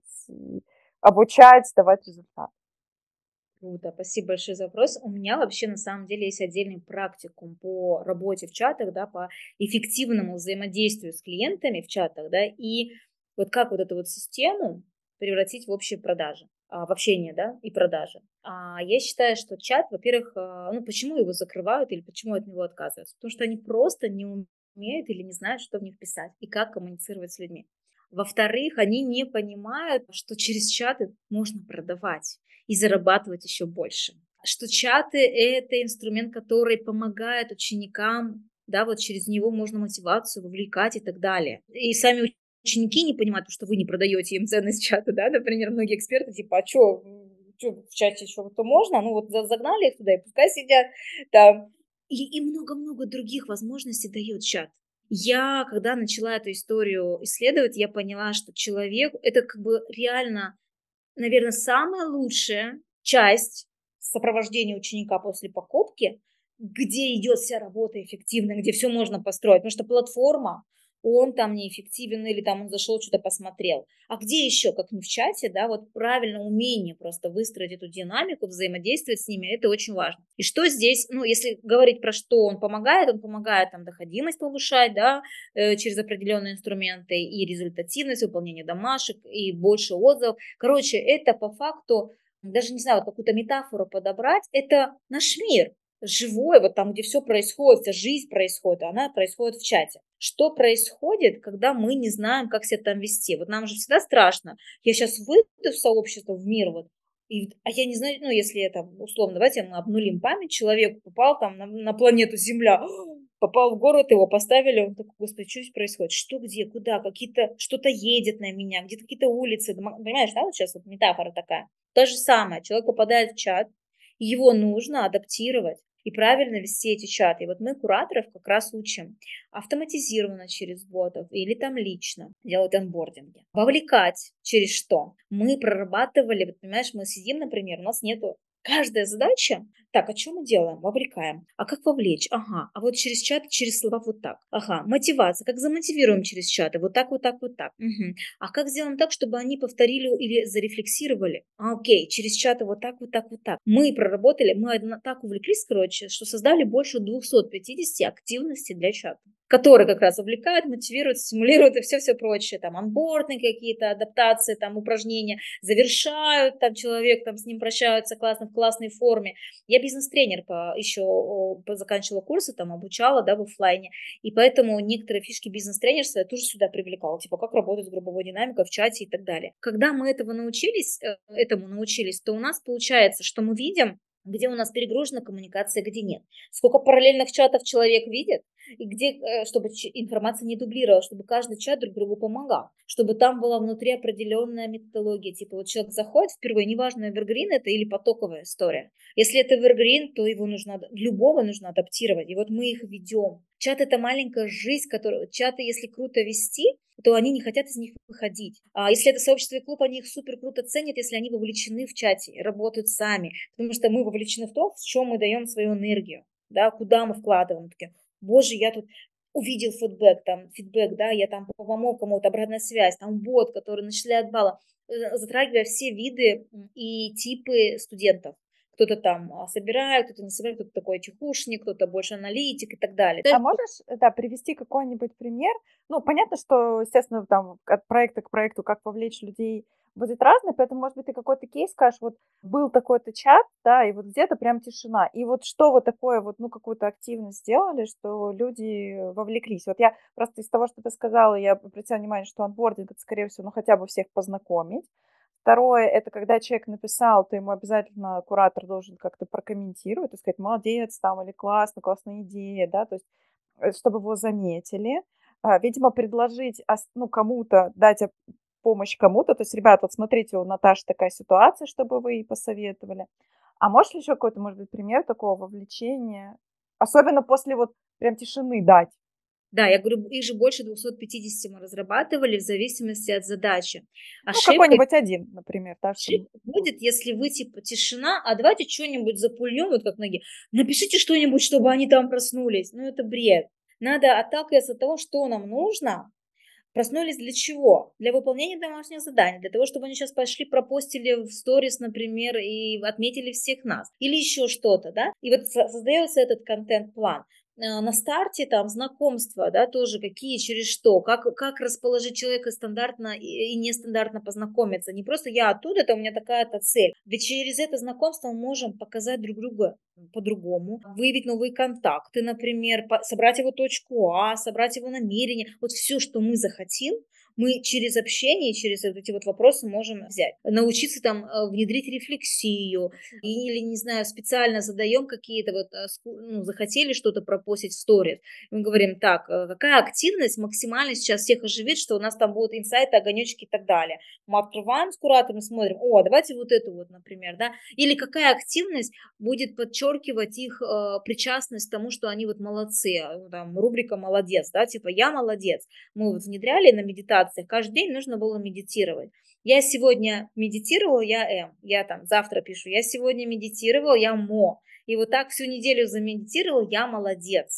обучать, давать результат. Круто, спасибо большое за вопрос. У меня вообще на самом деле есть отдельный практикум по работе в чатах, да, по эффективному взаимодействию с клиентами в чатах, да, и вот как вот эту вот систему превратить в общие продажи, в общение, да, и продажи. Я считаю, что чат, во-первых, ну почему его закрывают или почему от него отказываются? Потому что они просто не умеют или не знают, что в них писать и как коммуницировать с людьми. Во-вторых, они не понимают, что через чаты можно продавать и зарабатывать еще больше. Что чаты – это инструмент, который помогает ученикам, да, вот через него можно мотивацию вовлекать и так далее. И сами ученики не понимают, что вы не продаете им ценность чата, да, например, многие эксперты типа, а что в чате что-то можно, ну вот загнали их туда и пускай сидят там. И много-много других возможностей дает чат. Я, когда начала эту историю исследовать, я поняла, что человек – это как бы реально, наверное, самая лучшая часть сопровождения ученика после покупки, где идет вся работа эффективно, где все можно построить. Потому что платформа, он там неэффективен или там он зашел, что-то посмотрел. А где еще, как не в чате, да, вот правильно умение просто выстроить эту динамику, взаимодействовать с ними, это очень важно. И что здесь, ну, если говорить про что он помогает там доходимость повышать, да, через определенные инструменты и результативность выполнения домашек, и больше отзывов. Короче, это по факту, даже не знаю, вот какую-то метафору подобрать, это наш мир живой, вот там, где все происходит, вся жизнь происходит, она происходит в чате. Что происходит, когда мы не знаем, как себя там вести? Вот нам же всегда страшно. Я сейчас выйду в сообщество, в мир, вот, а я не знаю, ну, если это условно, давайте мы обнулим память, человек попал там на планету Земля, попал в город, его поставили, он такой, господи, что здесь происходит? Что, где, куда? Что-то едет на меня, где-то какие-то улицы. Понимаешь, да, вот сейчас вот метафора такая. То же самое, человек попадает в чат, его нужно адаптировать и правильно вести эти чаты. И вот мы кураторов как раз учим автоматизированно через ботов или там лично делать онбординги. Вовлекать через что? Мы прорабатывали, вот понимаешь, мы сидим, например, у нас нету каждая задача. Так, а что мы делаем? Вовлекаем. А как вовлечь? Ага. А вот через чат, через слова вот так. Ага. Мотивация. Как замотивируем через чаты? Вот так, вот так, вот так. Угу. А как сделаем так, чтобы они повторили или зарефлексировали? Окей, через чаты вот так, вот так, вот так. Мы проработали, мы так увлеклись, короче, что создали больше 250 активностей для чата, которые как раз увлекают, мотивируют, стимулируют и все прочее. Там онбордные какие-то адаптации, там упражнения завершают, там человек там с ним прощаются классно, в классной форме. Я бизнес-тренер еще заканчивала курсы, там обучала, да, в офлайне, и поэтому некоторые фишки бизнес-тренерства я тоже сюда привлекала, типа как работать с групповой динамикой в чате и так далее. Когда мы этому научились, то у нас получается, что мы видим, где у нас перегружена коммуникация, где нет. Сколько параллельных чатов человек видит, и где, чтобы информация не дублировалась, чтобы каждый чат друг другу помогал, чтобы там была внутри определенная методология. Типа вот человек заходит впервые, неважно, эвергрин это или потоковая история. Если это эвергрин, то любого нужно адаптировать. И вот мы их ведем. Чат это маленькая жизнь, чаты, если круто вести, то они не хотят из них выходить. А если это сообщество и клуб, они их супер круто ценят, если они вовлечены в чате, работают сами. Потому что мы вовлечены в то, в чем мы даем свою энергию, да, куда мы вкладываем. Такие, боже, я тут увидел фидбэк, да, я там помог кому-то, обратная связь, там бот, который начисляет баллы, затрагивая все виды и типы студентов. Кто-то там собирает, кто-то не собирает, кто-то такой тихушник, кто-то больше аналитик и так далее. А можешь, да, привести какой-нибудь пример? Ну, понятно, что, естественно, там от проекта к проекту, как вовлечь людей, будет разное, поэтому, может быть, ты какой-то кейс скажешь, вот был такой-то чат, да, и вот где-то прям тишина, и вот что вот такое вот, ну, какую-то активность сделали, что люди вовлеклись. Вот я просто из того, что ты сказала, я обратила внимание, что онбординг, это, скорее всего, ну, хотя бы всех познакомить. Второе, это когда человек написал, то ему обязательно куратор должен как-то прокомментировать и сказать, молодец, там, или классно, классная идея, да, то есть, чтобы его заметили. Видимо, предложить, ну, кому-то, дать помощь кому-то, то есть, ребят, вот смотрите, у Наташи такая ситуация, чтобы вы ей посоветовали. А можешь ли еще какой-то, может быть, пример такого вовлечения? Особенно после вот прям тишины дать. Да, я говорю, их же больше 250 мы разрабатывали в зависимости от задачи. Ну, Ошибка какой-нибудь один, например, да, чтобы... будет, если вы типа тишина, а давайте что-нибудь запульем, вот как ноги. Напишите что-нибудь, чтобы они там проснулись. Ну, это бред. Надо отталкиваться от того, что нам нужно. Проснулись для чего? Для выполнения домашних заданий, для того, чтобы они сейчас пошли, пропостили в сторис, например, и отметили всех нас. Или еще что-то, да? И вот создается этот контент-план. На старте там знакомства, да, тоже какие, через что, как расположить человека стандартно и нестандартно познакомиться. Не просто я оттуда, это у меня такая-то цель. Ведь через это знакомство мы можем показать друг друга по-другому, выявить новые контакты, например, собрать его точку А, собрать его намерение. Вот все, что мы захотим, мы через общение, через вот эти вот вопросы можем взять. Научиться там внедрить рефлексию или, не знаю, специально задаем какие-то вот, захотели что-то пропостить в сторис. Мы говорим, так, какая активность максимально сейчас всех оживит, что у нас там будут инсайты, огонечки и так далее. Мы открываем с куратором, смотрим, давайте вот эту вот, например, да, или какая активность будет подчеркивать их причастность к тому, что они вот молодцы, там, рубрика «Молодец», да, типа «Я молодец». Мы вот внедряли на медитациях, каждый день нужно было медитировать. Я сегодня медитировала, я М. Я там завтра пишу, я сегодня медитировала, я Мо. И вот так всю неделю замедитировал, я молодец.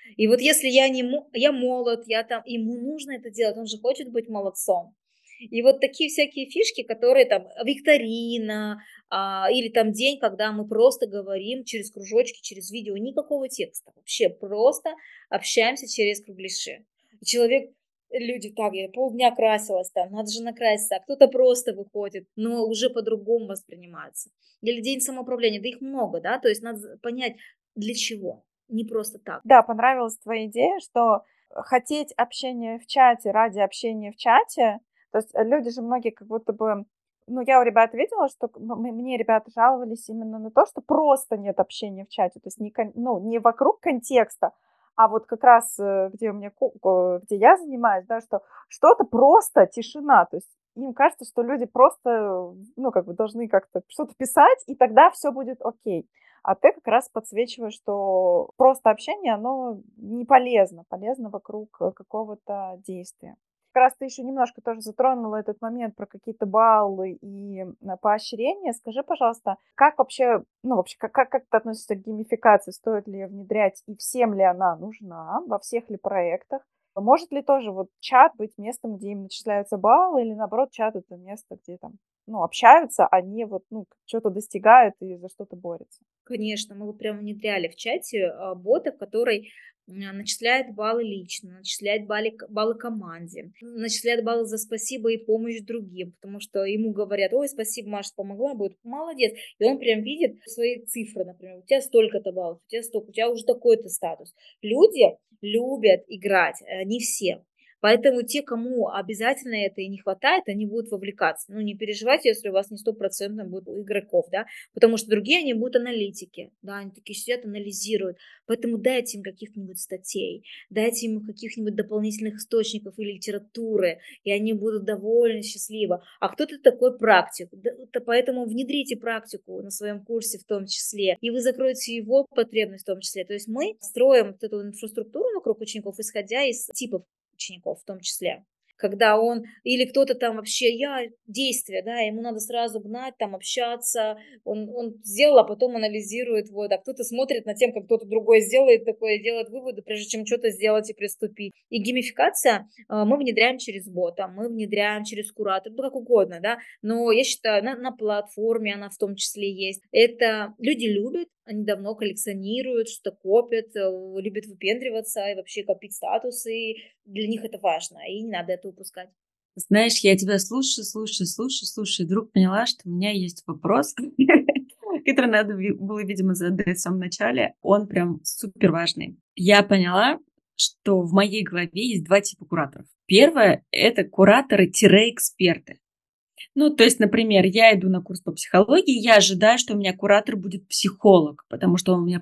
И вот если я не я молод, я там, ему нужно это делать, он же хочет быть молодцом. И вот такие всякие фишки, которые там викторина, или там день, когда мы просто говорим через кружочки, через видео, никакого текста, вообще просто общаемся через кругляши. И человек, люди так, я полдня красилась там, надо же накраситься, а кто-то просто выходит, но уже по-другому воспринимается. Или день самоуправления, да их много, да, то есть надо понять, для чего, не просто так. Да, понравилась твоя идея, что хотеть общения в чате ради общения в чате. То есть люди же многие как будто бы, ну, я у ребят видела, что мне ребята жаловались именно на то, что просто нет общения в чате. То есть ну, не вокруг контекста, а вот как раз где у меня, где я занимаюсь, да, что что-то просто тишина. То есть им кажется, что люди просто, ну, как бы должны как-то что-то писать, и тогда все будет окей. А ты как раз подсвечиваешь, что просто общение, оно не полезно, полезно вокруг какого-то действия. Как раз ты еще немножко тоже затронула этот момент про какие-то баллы и поощрения. Скажи, пожалуйста, как вообще, ну, вообще, как ты относишься к геймификации? Стоит ли ее внедрять и всем ли она нужна, во всех ли проектах? Может ли тоже вот чат быть местом, где им начисляются баллы, или наоборот, чат это место, где там, ну, общаются, а не вот, ну, что-то достигают и за что-то борются? Конечно, мы вот прям внедряли в чате бота, который начисляет баллы лично, начисляет баллы команде, начисляет баллы за спасибо и помощь другим, потому что ему говорят: ой, спасибо, Маша, помогла, будет молодец. И он прям видит свои цифры, например, у тебя столько-то баллов, у тебя столько, у тебя уже такой-то статус. Люди любят играть, не все. Поэтому те, кому обязательно это и не хватает, они будут вовлекаться. Ну, не переживайте, если у вас не стопроцентно будет игроков, да, потому что другие, они будут аналитики, да, они такие сидят, анализируют. Поэтому дайте им каких-нибудь статей, дайте им каких-нибудь дополнительных источников или литературы, и они будут довольны, счастливы. А кто-то такой практик, поэтому внедрите практику на своем курсе в том числе, и вы закроете его потребность в том числе. То есть мы строим вот эту инфраструктуру вокруг учеников, исходя из типов учеников в том числе. Когда он, или кто-то там вообще, действие, да, ему надо сразу гнать, там, общаться, он сделал, а потом анализирует, вот, а кто-то смотрит на тем, как кто-то другой сделает такое, делает выводы, прежде чем что-то сделать и приступить. И геймификация мы внедряем через бота, мы внедряем через куратор, ну, как угодно, да, но я считаю, на платформе она в том числе есть. Это люди любят, они давно коллекционируют, что-то копят, любят выпендриваться и вообще копить статусы. Для них это важно, и не надо это упускать. Знаешь, я тебя слушаю, и вдруг поняла, что у меня есть вопрос, который надо было, видимо, задать в самом начале. Он прям супер важный. Я поняла, что в моей голове есть два типа кураторов. Первое — это кураторы-эксперты. Ну, то есть, например, я иду на курс по психологии, я ожидаю, что у меня куратор будет психолог, потому что он у меня,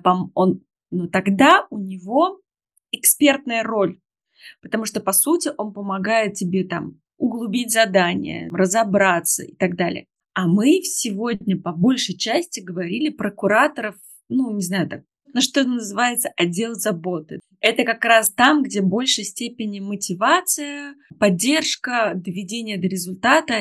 ну, тогда у него экспертная роль. Потому что, по сути, он помогает тебе там углубить задание, разобраться и так далее. А мы сегодня по большей части говорили про кураторов, ну, не знаю, так, на что называется отдел заботы. Это как раз там, где в большей степени мотивация, поддержка, доведение до результата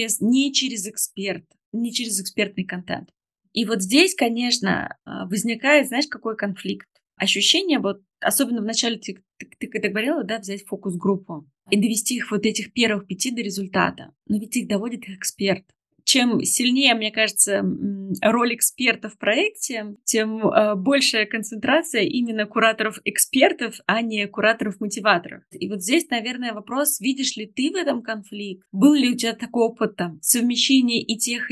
не через эксперта, не через экспертный контент. И вот здесь, конечно, возникает, знаешь, какой конфликт? Ощущение, вот особенно в начале ты когда говорила, да, взять фокус-группу и довести их вот этих первых 5 до результата. Но ведь их доводит их эксперт. Чем сильнее, мне кажется, роль эксперта в проекте, тем большая концентрация именно кураторов-экспертов, а не кураторов-мотиваторов. И вот здесь, наверное, вопрос, видишь ли ты в этом конфликт? Был ли у тебя такой опыт там, совмещения и тех,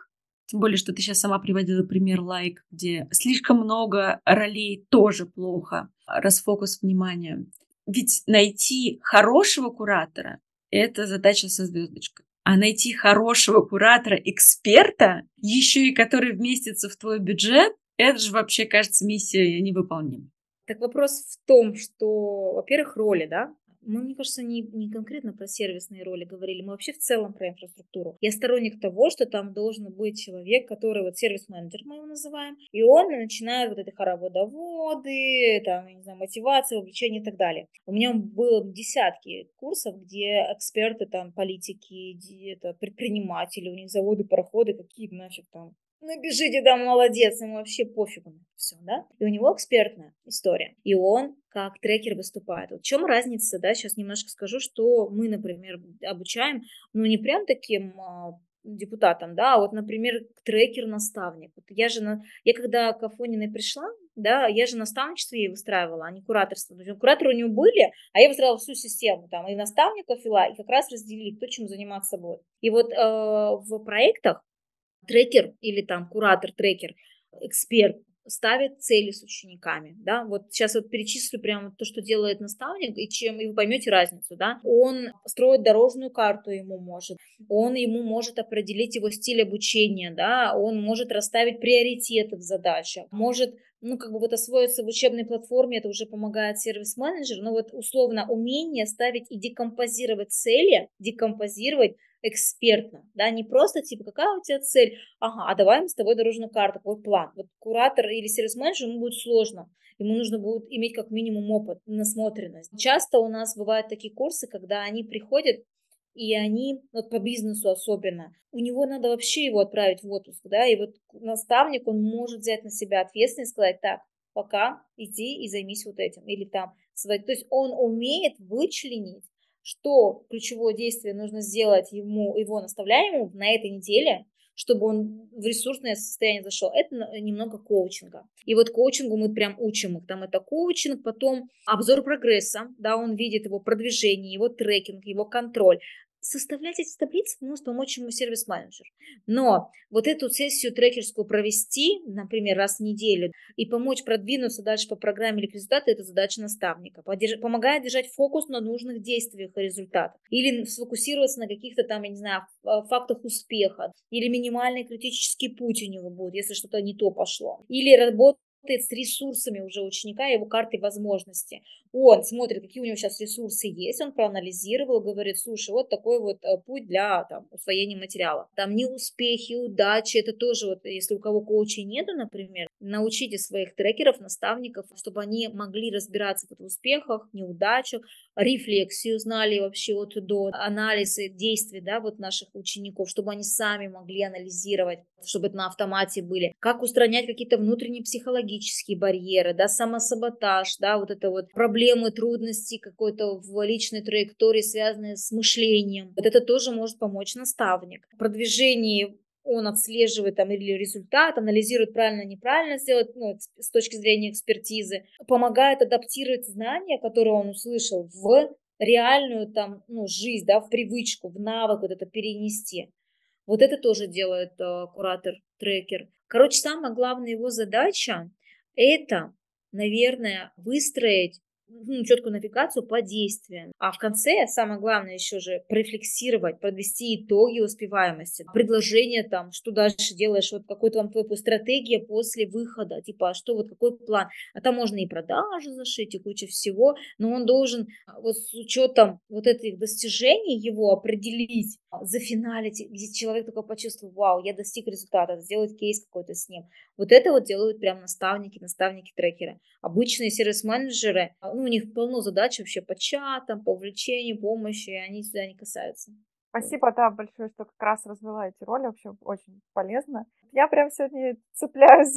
тем более, что ты сейчас сама приводила пример лайк, где слишком много ролей тоже плохо, расфокус внимания. Ведь найти хорошего куратора — это задача со звездочкой. А найти хорошего куратора-эксперта, еще и который вместится в твой бюджет, это же вообще, кажется, миссия невыполнима. Так вопрос в том, что, во-первых, роли, да, мы, мне кажется, не конкретно про сервисные роли говорили, мы вообще в целом про инфраструктуру. Я сторонник того, что там должен быть человек, который вот сервис-менеджер мы его называем, и он начинает вот эти хороводоводы, там, я не знаю, мотивация, увлечение и так далее. У меня было десятки курсов, где эксперты, там, политики, это предприниматели, у них заводы, пароходы, какие нафиг там Набежите, да, молодец, ему вообще пофигу на все, да. И у него экспертная история, и он как трекер выступает. Вот в чем разница, да, сейчас немножко скажу, что мы, например, обучаем, ну, не прям таким депутатам, да, а вот, например, трекер-наставник. Вот я когда к Афониной пришла, да, я же наставничество ей выстраивала, а не кураторство. То есть кураторы у нее были, а я выстраивала всю систему, там, и наставников вела, и как раз разделили, кто чем заниматься будет. И вот в проектах трекер или там куратор-трекер, эксперт ставит цели с учениками, да, вот сейчас вот перечислю прямо то, что делает наставник, и вы поймете разницу, да, он строит дорожную карту ему может определить его стиль обучения, да, он может расставить приоритеты в задачах, может ну, как бы вот освоиться в учебной платформе, это уже помогает сервис-менеджер, но вот условно умение ставить и декомпозировать цели, декомпозировать экспертно, да, не просто типа, какая у тебя цель, ага, а давай мы с тобой дорожную карту, какой план. Вот куратор или сервис-менеджер, ему будет сложно, ему нужно будет иметь как минимум опыт, насмотренность. Часто у нас бывают такие курсы, когда они приходят, и они, вот по бизнесу особенно, у него надо вообще его отправить в отпуск, да, и вот наставник, он может взять на себя ответственность и сказать, так, пока иди и займись вот этим, или там, то есть он умеет вычленить, что ключевое действие нужно сделать его наставляемому на этой неделе, чтобы он в ресурсное состояние зашел. Это немного коучинга. И вот коучингу мы прям учим их. Там это коучинг, потом обзор прогресса, да, он видит его продвижение, его трекинг, его контроль. Составлять эти таблицы может помочь ему сервис-менеджер. Но вот эту сессию трекерскую провести, например, раз в неделю, и помочь продвинуться дальше по программе или к результату, это задача наставника. Помогает держать фокус на нужных действиях и результатах. Или сфокусироваться на каких-то там, я не знаю, фактах успеха. Или минимальный критический путь у него будет, если что-то не то пошло. Или работать с ресурсами уже ученика, его картой возможностей. Он смотрит, какие у него сейчас ресурсы есть, он проанализировал, говорит, слушай, вот такой вот путь для там, усвоения материала. Там неуспехи, удачи, это тоже вот, если у кого коучей нету, например, научите своих трекеров, наставников, чтобы они могли разбираться вот в успехах, неудачах, рефлексию знали вообще от и до, анализы действий, да, вот наших учеников, чтобы они сами могли анализировать, чтобы это на автомате были, как устранять какие-то внутренние психологические барьеры, да, самосаботаж, да, вот это вот проблемы, трудности какой-то в личной траектории, связанные с мышлением. Вот это тоже может помочь наставник. В продвижении он отслеживает там или результат, анализирует правильно, неправильно сделать, ну, с точки зрения экспертизы, помогает адаптировать знания, которые он услышал, в реальную там, ну, жизнь, да, в привычку, в навык вот это перенести. Вот это тоже делает куратор-трекер. Короче, самая главная его задача – это, наверное, выстроить четкую навигацию по действиям. А в конце самое главное еще же прорефлексировать, подвести итоги успеваемости, предложение там, что дальше делаешь, вот какой там твоя стратегия после выхода, типа, а что вот какой план. А там можно и продажи зашить, и куча всего, но он должен вот с учетом вот этих достижений его определить, зафиналить, где человек такой почувствовал, вау, я достиг результата, сделать кейс какой-то с ним. Вот это вот делают прям наставники трекеры. Обычные сервис-менеджеры, ну, у них полно задач вообще по чатам, по увлечению, помощи, и они сюда не касаются. Спасибо, да, большое, что как раз развила эти роли, вообще очень полезно. Я прям сегодня цепляюсь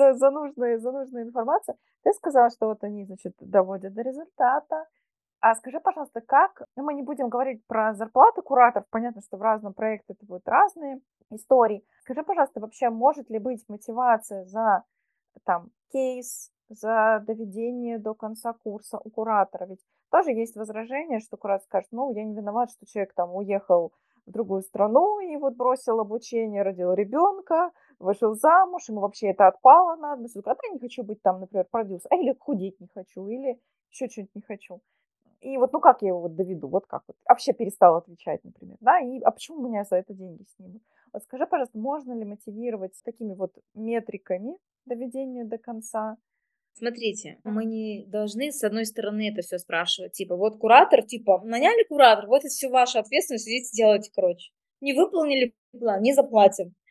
за нужную информацию. Ты сказала, что вот они, значит, доводят до результата. А скажи, пожалуйста, как, ну, мы не будем говорить про зарплаты кураторов, понятно, что в разном проекте это будут разные истории. Скажи, пожалуйста, вообще может ли быть мотивация за там кейс, за доведение до конца курса у куратора? Ведь тоже есть возражение, что куратор скажет, ну, я не виноват, что человек там уехал в другую страну и вот бросил обучение, родил ребенка, вышел замуж, ему вообще это отпало на одну секунду. А я не хочу быть там, например, продюсером, или худеть не хочу, или еще что-нибудь не хочу. И вот, ну как я его вот доведу, вот как вот. Вообще перестал отвечать, например, да, и а почему меня за это деньги снимут? Вот скажи, пожалуйста, можно ли мотивировать такими вот метриками доведения до конца? Смотрите, мы не должны, с одной стороны, это все спрашивать, типа, вот куратор, типа, наняли куратор, вот это все ваша ответственность, идите делайте, короче. Не выполнили план, не заплатим.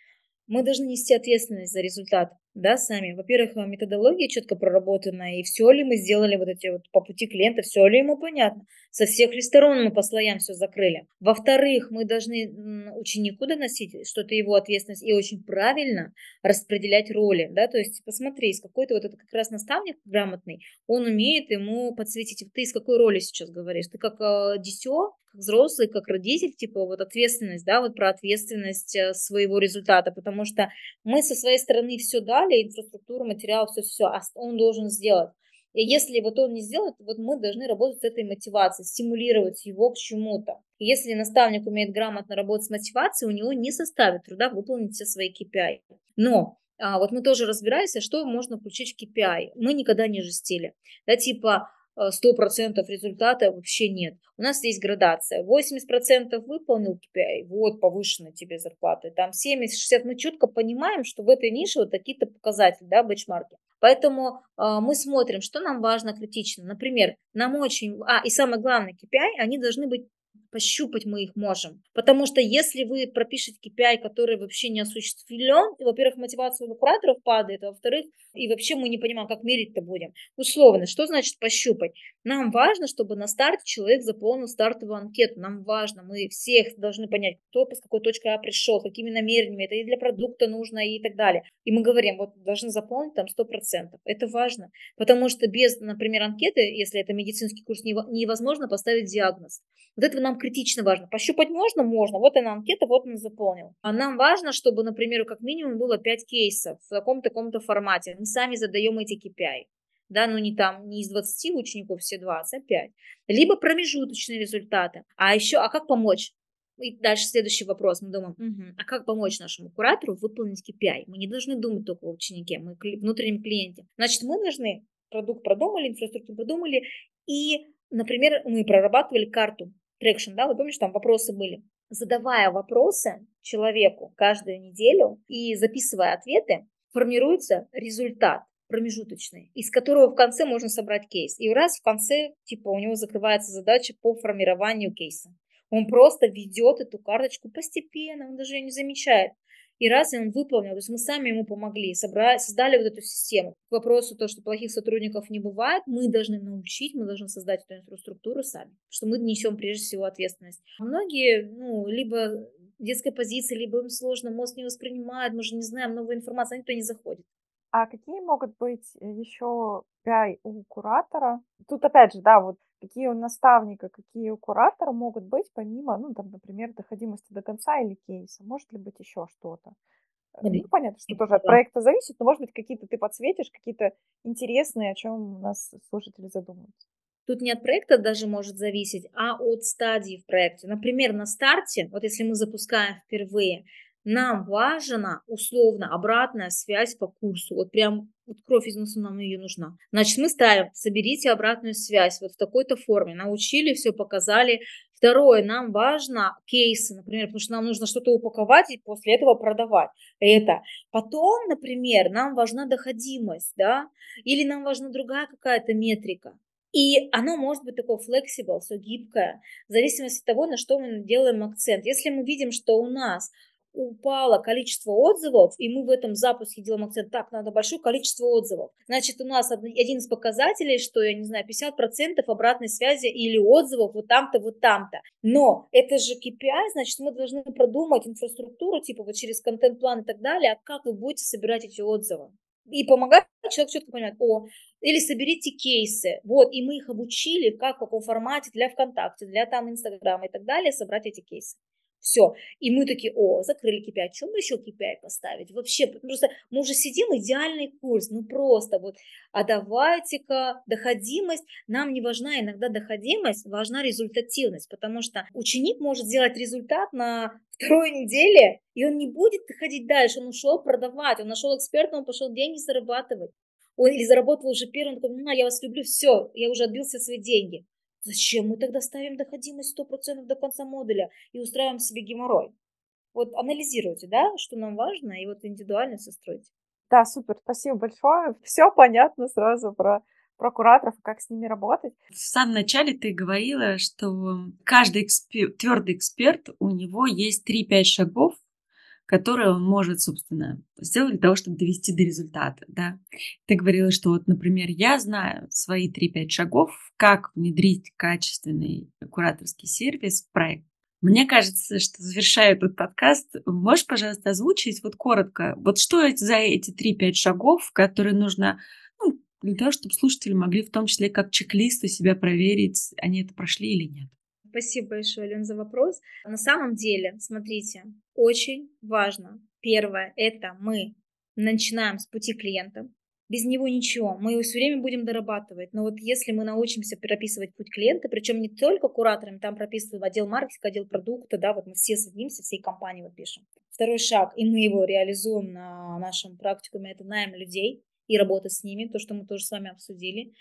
Мы должны нести ответственность за результат, да, сами. Во-первых, методология четко проработана, и все ли мы сделали вот эти вот по пути клиента, все ли ему понятно. Со всех ли сторон мы по слоям все закрыли. Во-вторых, мы должны ученику доносить, что это его ответственность, и очень правильно распределять роли, да, то есть посмотри, из какой-то вот это как раз наставник грамотный, он умеет ему подсветить. Ты из какой роли сейчас говоришь? Ты как дитё, как взрослый, как родитель, типа вот ответственность, да, вот про ответственность своего результата, потому что мы со своей стороны все дали, инфраструктуру, материал, все, а он должен сделать. И если вот он не сделает, вот мы должны работать с этой мотивацией, стимулировать его к чему-то. И если наставник умеет грамотно работать с мотивацией, у него не составит труда выполнить все свои KPI. Но вот мы тоже разбираемся, что можно включить в KPI. Мы никогда не жестили. Да, типа 100% результата вообще нет. У нас есть градация. 80% выполнил KPI, вот повышена тебе зарплата. Там 70-60. Мы четко понимаем, что в этой нише вот такие-то показатели, да, бенчмарки. Поэтому мы смотрим, что нам важно критично. Например, нам очень... и самое главное, KPI, они должны быть пощупать мы их можем. Потому что если вы пропишете KPI, который вообще не осуществлен, во-первых, мотивация у кураторов падает, а во-вторых, и вообще мы не понимаем, как мерить-то будем. Условно, что значит пощупать? Нам важно, чтобы на старте человек заполнил стартовую анкету. Нам важно, мы всех должны понять, кто с какой точкой А пришел, какими намерениями, это и для продукта нужно и так далее. И мы говорим, вот должны заполнить там 100%. Это важно, потому что без, например, анкеты, если это медицинский курс, невозможно поставить диагноз. Вот это нам критично важно. Пощупать можно? Можно. Вот она анкета, вот он заполнил. А нам важно, чтобы, например, как минимум было 5 кейсов в таком-то формате. Мы сами задаем эти KPI. Да, ну не из 20 учеников все 20, а 5. Либо промежуточные результаты. А еще, как помочь? И дальше следующий вопрос. Мы думаем, а как помочь нашему куратору выполнить KPI? Мы не должны думать только о ученике, мы внутреннем клиенте. Значит, мы должны продукт продумали, инфраструктуру продумали, и, например, мы прорабатывали карту трекшн, да, вы помните, там вопросы были. Задавая вопросы человеку каждую неделю и записывая ответы, формируется результат промежуточный, из которого в конце можно собрать кейс. И раз в конце, типа, у него закрывается задача по формированию кейса. Он просто ведет эту карточку постепенно, он даже ее не замечает. И раз, и он выполнил, то есть мы сами ему помогли, создали вот эту систему. К вопросу то, что плохих сотрудников не бывает, мы должны научить, мы должны создать эту инфраструктуру сами, что мы несем прежде всего ответственность. Многие, либо детской позиции, либо им сложно, мозг не воспринимает, мы же не знаем новой информации, никто не заходит. А какие могут быть еще KPI у куратора? Тут опять же, да, вот какие у наставника, какие у куратора могут быть помимо, например, доходимости до конца или кейса? Может ли быть еще что-то? Понятно, что тоже от проекта зависит, но, может быть, какие-то ты подсветишь, какие-то интересные, о чем у нас слушатели задумаются. Тут не от проекта даже может зависеть, а от стадии в проекте. Например, на старте, вот если мы запускаем впервые, нам важна условно обратная связь по курсу. Вот прям кровь из носа нам ее нужна. Значит, мы ставим, соберите обратную связь вот в такой-то форме. Научили, все показали. Второе, нам важно кейсы, например, потому что нам нужно что-то упаковать и после этого продавать. Это. Потом, например, нам важна доходимость, да, или нам важна другая какая-то метрика. И оно может быть такое flexible, все гибкое, в зависимости от того, на что мы делаем акцент. Если мы видим, что у нас упало количество отзывов, и мы в этом запуске делаем акцент, так, надо большое количество отзывов. Значит, у нас один из показателей, что, 50% обратной связи или отзывов вот там-то, вот там-то. Но это же KPI, значит, мы должны продумать инфраструктуру, типа вот через контент-план и так далее, а как вы будете собирать эти отзывы. И помогать человеку четко понимать, или соберите кейсы, вот, и мы их обучили, в каком формате для ВКонтакте, для там Инстаграма и так далее, собрать эти кейсы. Все. И мы такие, закрыли KPI. Что мы еще KPI поставить? Вообще, просто мы уже сидим, идеальный курс. Просто вот. А давайте-ка доходимость. Нам не важна иногда доходимость, важна результативность. Потому что ученик может сделать результат на второй неделе, и он не будет ходить дальше. Он ушел продавать, он нашел эксперта, он пошел деньги зарабатывать. Он или заработал уже первым, он такой, я вас люблю, все, я уже отбил все свои деньги. Зачем мы тогда ставим доходимость 100% до конца модуля и устраиваем себе геморрой? Вот анализируйте, да, что нам важно, и вот индивидуально все строить. Да, супер, спасибо большое. Все понятно сразу про кураторов и как с ними работать. В самом начале ты говорила, что каждый твердый эксперт, у него есть 3-5 шагов, которые он может, собственно, сделать для того, чтобы довести до результата, да. Ты говорила, что вот, например, я знаю свои 3-5 шагов, как внедрить качественный кураторский сервис в проект. Мне кажется, что, завершая этот подкаст, можешь, пожалуйста, озвучить вот коротко, вот что это за эти 3-5 шагов, которые нужно, ну, для того, чтобы слушатели могли в том числе как чек-лист у себя проверить, они это прошли или нет. Спасибо большое, Лен, за вопрос. На самом деле, смотрите, очень важно. Первое, это мы начинаем с пути клиента. Без него ничего. Мы его все время будем дорабатывать. Но вот если мы научимся прописывать путь клиента, причем не только кураторами, там прописываем отдел маркетинга, отдел продукта, да, вот мы все садимся, всей компании вот пишем. Второй шаг, и мы его реализуем на нашем практикуме, это найм людей и работа с ними, то, что мы тоже с вами обсудили.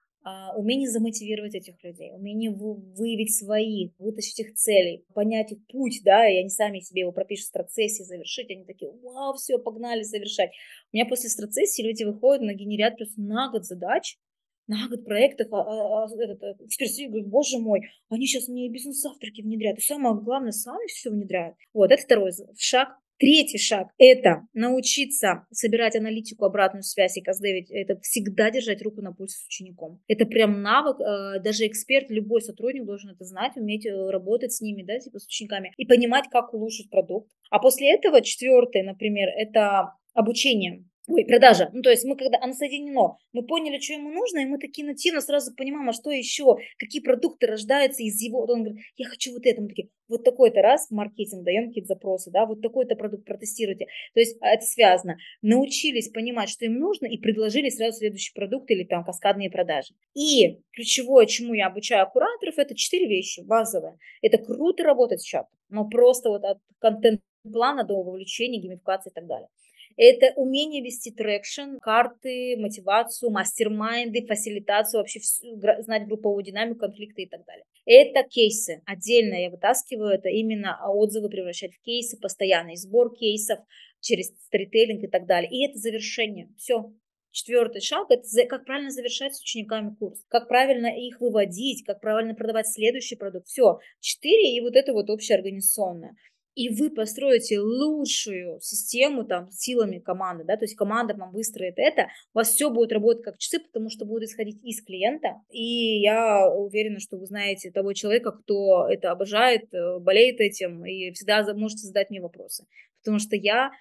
Умение замотивировать этих людей, умение выявить своих, вытащить их целей, понять их путь, да, и они сами себе его пропишут в страцессии, завершить, они такие, вау, все, погнали завершать. У меня после страцессии люди выходят на генерят просто на год задач, на год проектов, экспертизы, говорят, боже мой, они сейчас мне бизнес-завтраки внедряют, и самое главное, сами все внедряют. Вот, это второй шаг. Третий шаг – это научиться собирать аналитику, обратную связь и каздевить. Это всегда держать руку на пульсе с учеником. Это прям навык, даже эксперт, любой сотрудник должен это знать, уметь работать с ними, да, типа с учениками, и понимать, как улучшить продукт. А после этого четвертое, например, это обучение. Продажа. Ну, то есть мы когда оно соединено, мы поняли, что ему нужно, и мы такие нативно сразу понимаем, а что еще, какие продукты рождаются из его. Вот он говорит, я хочу вот это. Мы такие, вот такой-то раз в маркетинг даем какие-то запросы, да, вот такой-то продукт протестируйте. То есть это связано. Научились понимать, что им нужно, и предложили сразу следующий продукт или там каскадные продажи. И ключевое, чему я обучаю кураторов, это 4 вещи базовые. Это круто работать с чатом, но просто вот от контент-плана до вовлечения, геймификации и так далее. Это умение вести трекшн, карты, мотивацию, мастер-майнды, фасилитацию, вообще знать групповую динамику, конфликты и так далее. Это кейсы. Отдельно я вытаскиваю это именно отзывы превращать в кейсы, постоянный сбор кейсов через сторителлинг и так далее. И это завершение. Все. Четвертый шаг – это как правильно завершать с учениками курс, как правильно их выводить, как правильно продавать следующий продукт. Все. 4 и вот это вот общеорганизационное. И вы построите лучшую систему там силами команды, да, то есть команда вам выстроит это, у вас все будет работать как часы, потому что будет исходить из клиента, и я уверена, что вы знаете того человека, кто это обожает, болеет этим, и всегда можете задать мне вопросы, потому что я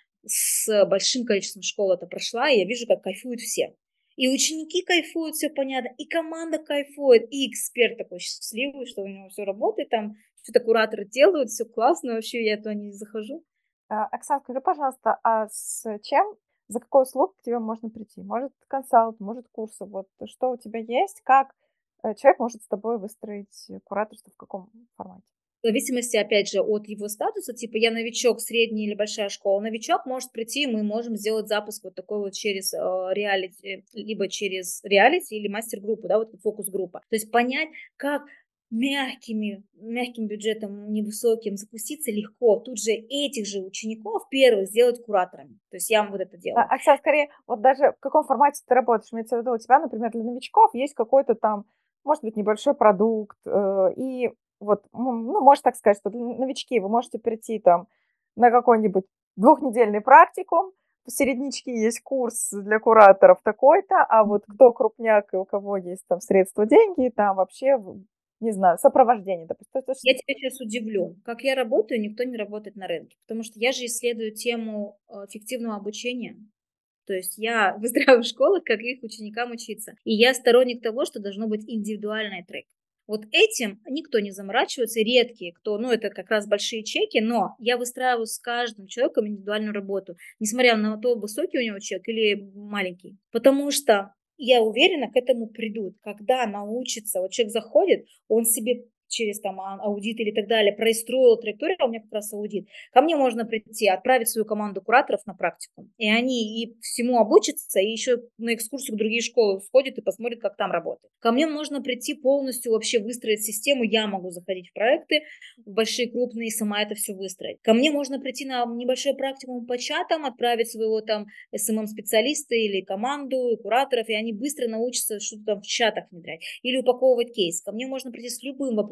с большим количеством школ это прошла, и я вижу, как кайфуют все. И ученики кайфуют, все понятно, и команда кайфует, и эксперт такой счастливый, что у него все работает там, что-то кураторы делают, все классно, вообще я туда не захожу. Оксана, скажи, пожалуйста, а с чем, за какой услуг к тебе можно прийти? Может, консалт, может, курсы? Вот что у тебя есть? Как человек может с тобой выстроить кураторство, в каком формате? В зависимости, опять же, от его статуса, типа я новичок, средняя или большая школа, новичок может прийти, мы можем сделать запуск вот такой вот через реалити, либо через реалити или мастер-группу, да, вот фокус-группа. То есть понять, как мягким бюджетом, невысоким запуститься легко. Тут же этих же учеников первых сделать кураторами. То есть я вот это делаю. Оксана, скорее, вот даже в каком формате ты работаешь? Имеется в виду, у тебя, например, для новичков есть какой-то там, может быть, небольшой продукт, и вот, ну, можно так сказать, что новички, вы можете прийти там на какой-нибудь 2-недельный практикум, в середнячке есть курс для кураторов такой-то, а вот кто крупняк и у кого есть там средства, деньги, там вообще, не знаю, сопровождение, допустим. Я тебя сейчас удивлю. Как я работаю, никто не работает на рынке, потому что я же исследую тему эффективного обучения. То есть я выстраиваю в школах, как их ученикам учиться. И я сторонник того, что должно быть индивидуальный трек. Вот этим никто не заморачивается, редкие, кто, ну, это как раз большие чеки, но я выстраиваю с каждым человеком индивидуальную работу, несмотря на то, высокий у него чек или маленький. Потому что я уверена, к этому придут, когда научится, вот человек заходит, он себе через там аудит или так далее, проистроил траекторию, а у меня как раз аудит. Ко мне можно прийти, отправить свою команду кураторов на практику, и они и всему обучатся, и еще на экскурсию к другие школы сходят и посмотрят, как там работает. Ко мне можно прийти полностью вообще выстроить систему, я могу заходить в проекты, в большие, крупные, и сама это все выстроить. Ко мне можно прийти на небольшой практикум по чатам, отправить своего там SMM-специалиста или команду, и кураторов, и они быстро научатся что-то там в чатах внедрять или упаковывать кейс. Ко мне можно прийти с любым вопросом,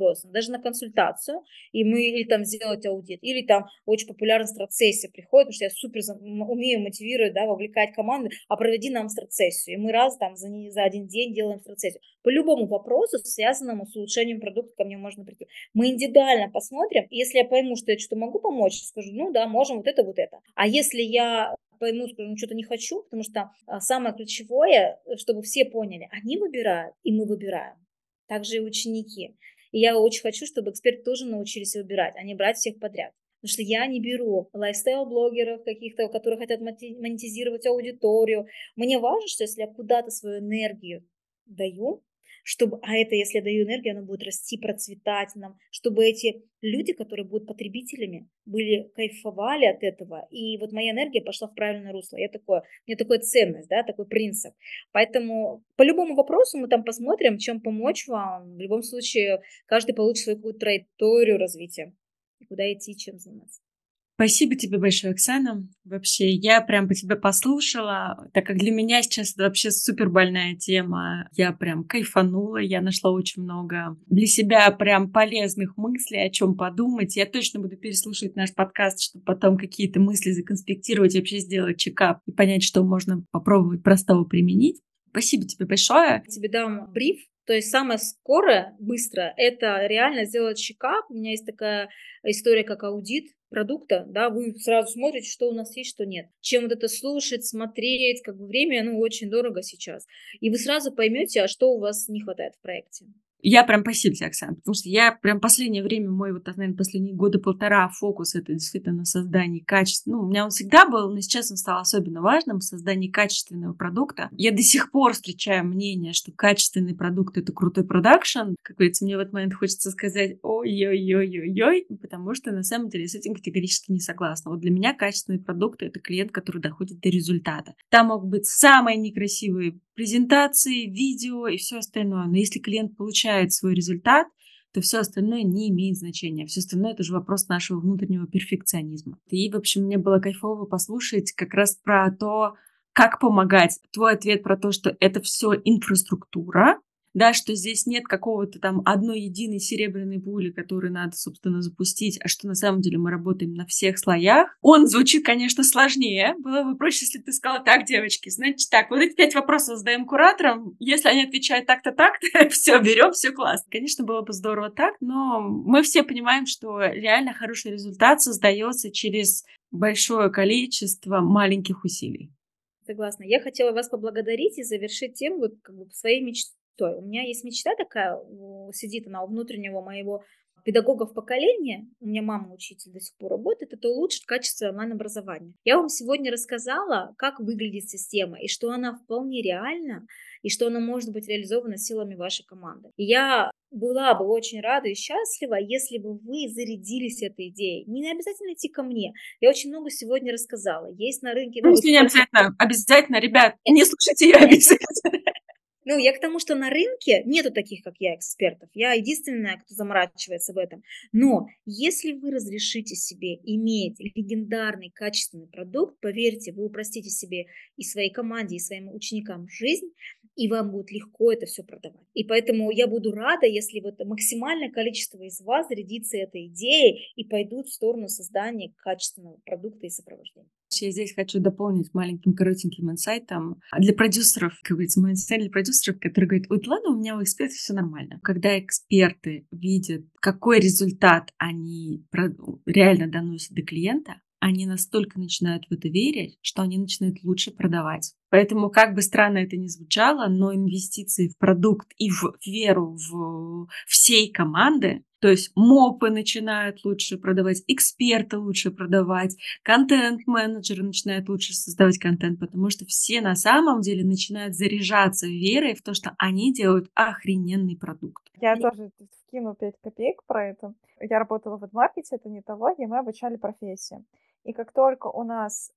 вопросам, даже на консультацию, и мы или там сделать аудит, или там очень популярна страцессия приходит, потому что я супер умею мотивировать, да, вовлекать команды, а проведи нам страцессию. И мы раз там за один день делаем страцессию. По любому вопросу, связанному с улучшением продукта, ко мне можно прийти. Мы индивидуально посмотрим, и если я пойму, что я что-то могу помочь, скажу, ну да, можем вот это, вот это. А если я пойму, скажу, ну что-то не хочу, потому что самое ключевое, чтобы все поняли, они выбирают, и мы выбираем. Также и ученики. И я очень хочу, чтобы эксперты тоже научились выбирать, а не брать всех подряд. Потому что я не беру лайфстайл-блогеров каких-то, которые хотят монетизировать аудиторию. Мне важно, что если я куда-то свою энергию даю, чтобы, а это, если я даю энергию, она будет расти, процветать нам, чтобы эти люди, которые будут потребителями, кайфовали от этого, и вот моя энергия пошла в правильное русло. У меня такая ценность, да, такой принцип. Поэтому по любому вопросу мы там посмотрим, чем помочь вам. В любом случае, каждый получит свою какую-то траекторию развития, куда идти, чем заниматься. Спасибо тебе большое, Оксана. Вообще, я прям по тебе послушала, так как для меня сейчас это вообще супер больная тема. Я прям кайфанула, я нашла очень много для себя прям полезных мыслей, о чем подумать. Я точно буду переслушивать наш подкаст, чтобы потом какие-то мысли законспектировать, и вообще сделать чекап и понять, что можно попробовать простого применить. Спасибо тебе большое. Я тебе дам бриф. То есть самое скорое, быстро, это реально сделать чекап. У меня есть такая история, как аудит продукта, да, вы сразу смотрите, что у нас есть, что нет. Чем вот это слушать, смотреть, как бы время, очень дорого сейчас. И вы сразу поймете, а что у вас не хватает в проекте. Я прям спасибо тебе, Оксана, потому что я прям последнее время, наверное, последние года полтора фокус это действительно на создании качественного. У меня он всегда был, но сейчас он стал особенно важным в создании качественного продукта. Я до сих пор встречаю мнение, что качественный продукт это крутой продакшн. Как говорится, мне в этот момент хочется сказать ой-ой-ой-ой-ой, потому что на самом деле с этим категорически не согласна. Вот для меня качественный продукт это клиент, который доходит до результата. Там могут быть самые некрасивые презентации, видео и все остальное. Но если клиент получает свой результат, то все остальное не имеет значения. Все остальное это же вопрос нашего внутреннего перфекционизма. И, в общем, мне было кайфово послушать как раз про то, как помогать. Твой ответ про то, что это все инфраструктура, да, что здесь нет какого-то там одной единой серебряной пули, которую надо, собственно, запустить, а что на самом деле мы работаем на всех слоях. Он звучит, конечно, сложнее. Было бы проще, если бы ты сказала, так, девочки, значит так, вот эти 5 вопросов задаем кураторам, если они отвечают так-то, так-то, все, берем, все классно. Конечно, было бы здорово так, но мы все понимаем, что реально хороший результат создается через большое количество маленьких усилий. Согласна. Я хотела вас поблагодарить и завершить тем своей мечтой. У меня есть мечта такая, сидит она у внутреннего моего педагога в поколении, у меня мама учитель до сих пор работает, это улучшить качество онлайн-образования. Я вам сегодня рассказала, как выглядит система, и что она вполне реальна, и что она может быть реализована силами вашей команды. И я была бы очень рада и счастлива, если бы вы зарядились этой идеей. Не обязательно идти ко мне. Я очень много сегодня рассказала. Есть на рынке... Не обязательно, ребят, не слушайте ее обязательно. Я к тому, что на рынке нету таких, как я, экспертов. Я единственная, кто заморачивается в этом. Но если вы разрешите себе иметь легендарный, качественный продукт, поверьте, вы упростите себе и своей команде, и своим ученикам жизнь, и вам будет легко это все продавать. И поэтому я буду рада, если вот максимальное количество из вас зарядится этой идеей и пойдут в сторону создания качественного продукта и сопровождения. Я здесь хочу дополнить маленьким коротеньким инсайтом. Для продюсеров, как говорится, мой инсайт для продюсеров, которые говорят, ой, ладно, у меня у экспертов все нормально. Когда эксперты видят, какой результат они реально доносят до клиента, они настолько начинают в это верить, что они начинают лучше продавать. Поэтому, как бы странно это ни звучало, но инвестиции в продукт и в веру в всей команды, то есть МОПы начинают лучше продавать, эксперты лучше продавать, контент-менеджеры начинают лучше создавать контент, потому что все на самом деле начинают заряжаться верой в то, что они делают охрененный продукт. Я тоже вкину 5 копеек про это. Я работала в AdMarket, это нетология, мы обучали профессии. И как только у нас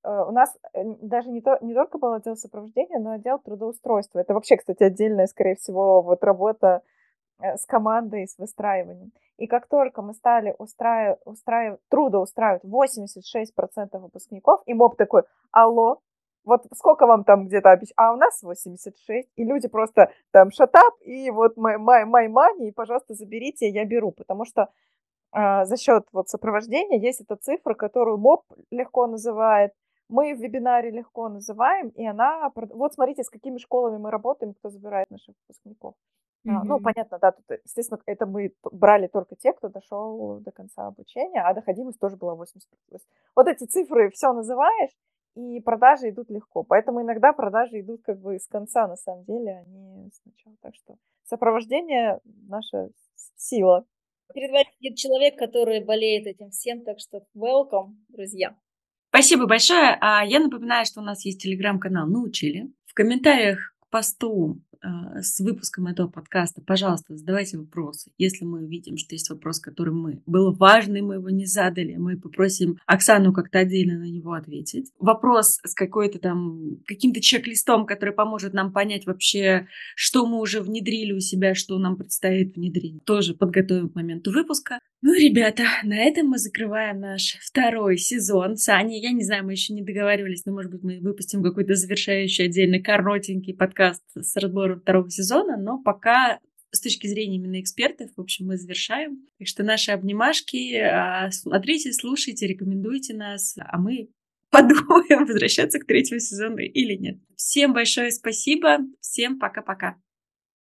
даже не только был отдел сопровождения, но отдел трудоустройства. Это вообще, кстати, отдельная, скорее всего, вот работа с командой, с выстраиванием. И как только мы стали трудоустраивать 86% выпускников, и МОП такой, алло, вот сколько вам там где-то а у нас 86, и люди просто там shut up, и вот my money, и, пожалуйста, заберите, я беру, потому что за счет вот сопровождения есть эта цифра, которую МОП легко называет, мы в вебинаре легко называем, и она... Вот смотрите, с какими школами мы работаем, кто забирает наших выпускников. Ну, понятно, да, тут, естественно, это мы брали только те, кто дошел до конца обучения, а доходимость тоже была 80%. Вот эти цифры все называешь, и продажи идут легко. Поэтому иногда продажи идут как бы с конца, на самом деле, а не сначала. Так что сопровождение наша сила. Перед вами сидит человек, который болеет этим всем, так что welcome, друзья. Спасибо большое. Я напоминаю, что у нас есть телеграм-канал «Научили». В комментариях к посту с выпуском этого подкаста, пожалуйста, задавайте вопросы. Если мы видим, что есть вопрос, который был важный, мы его не задали, мы попросим Оксану как-то отдельно на него ответить. Вопрос с каким-то чек-листом, который поможет нам понять вообще, что мы уже внедрили у себя, что нам предстоит внедрить, тоже подготовим к моменту выпуска. Ну, ребята, на этом мы закрываем наш 2 сезон. С Аней, я не знаю, мы еще не договаривались, но, может быть, мы выпустим какой-то завершающий отдельный коротенький подкаст с разбором 2 сезона, но пока с точки зрения именно экспертов, в общем, мы завершаем. Так что наши обнимашки, смотрите, слушайте, рекомендуйте нас, а мы подумаем, возвращаться к 3 сезону или нет. Всем большое спасибо, всем пока-пока.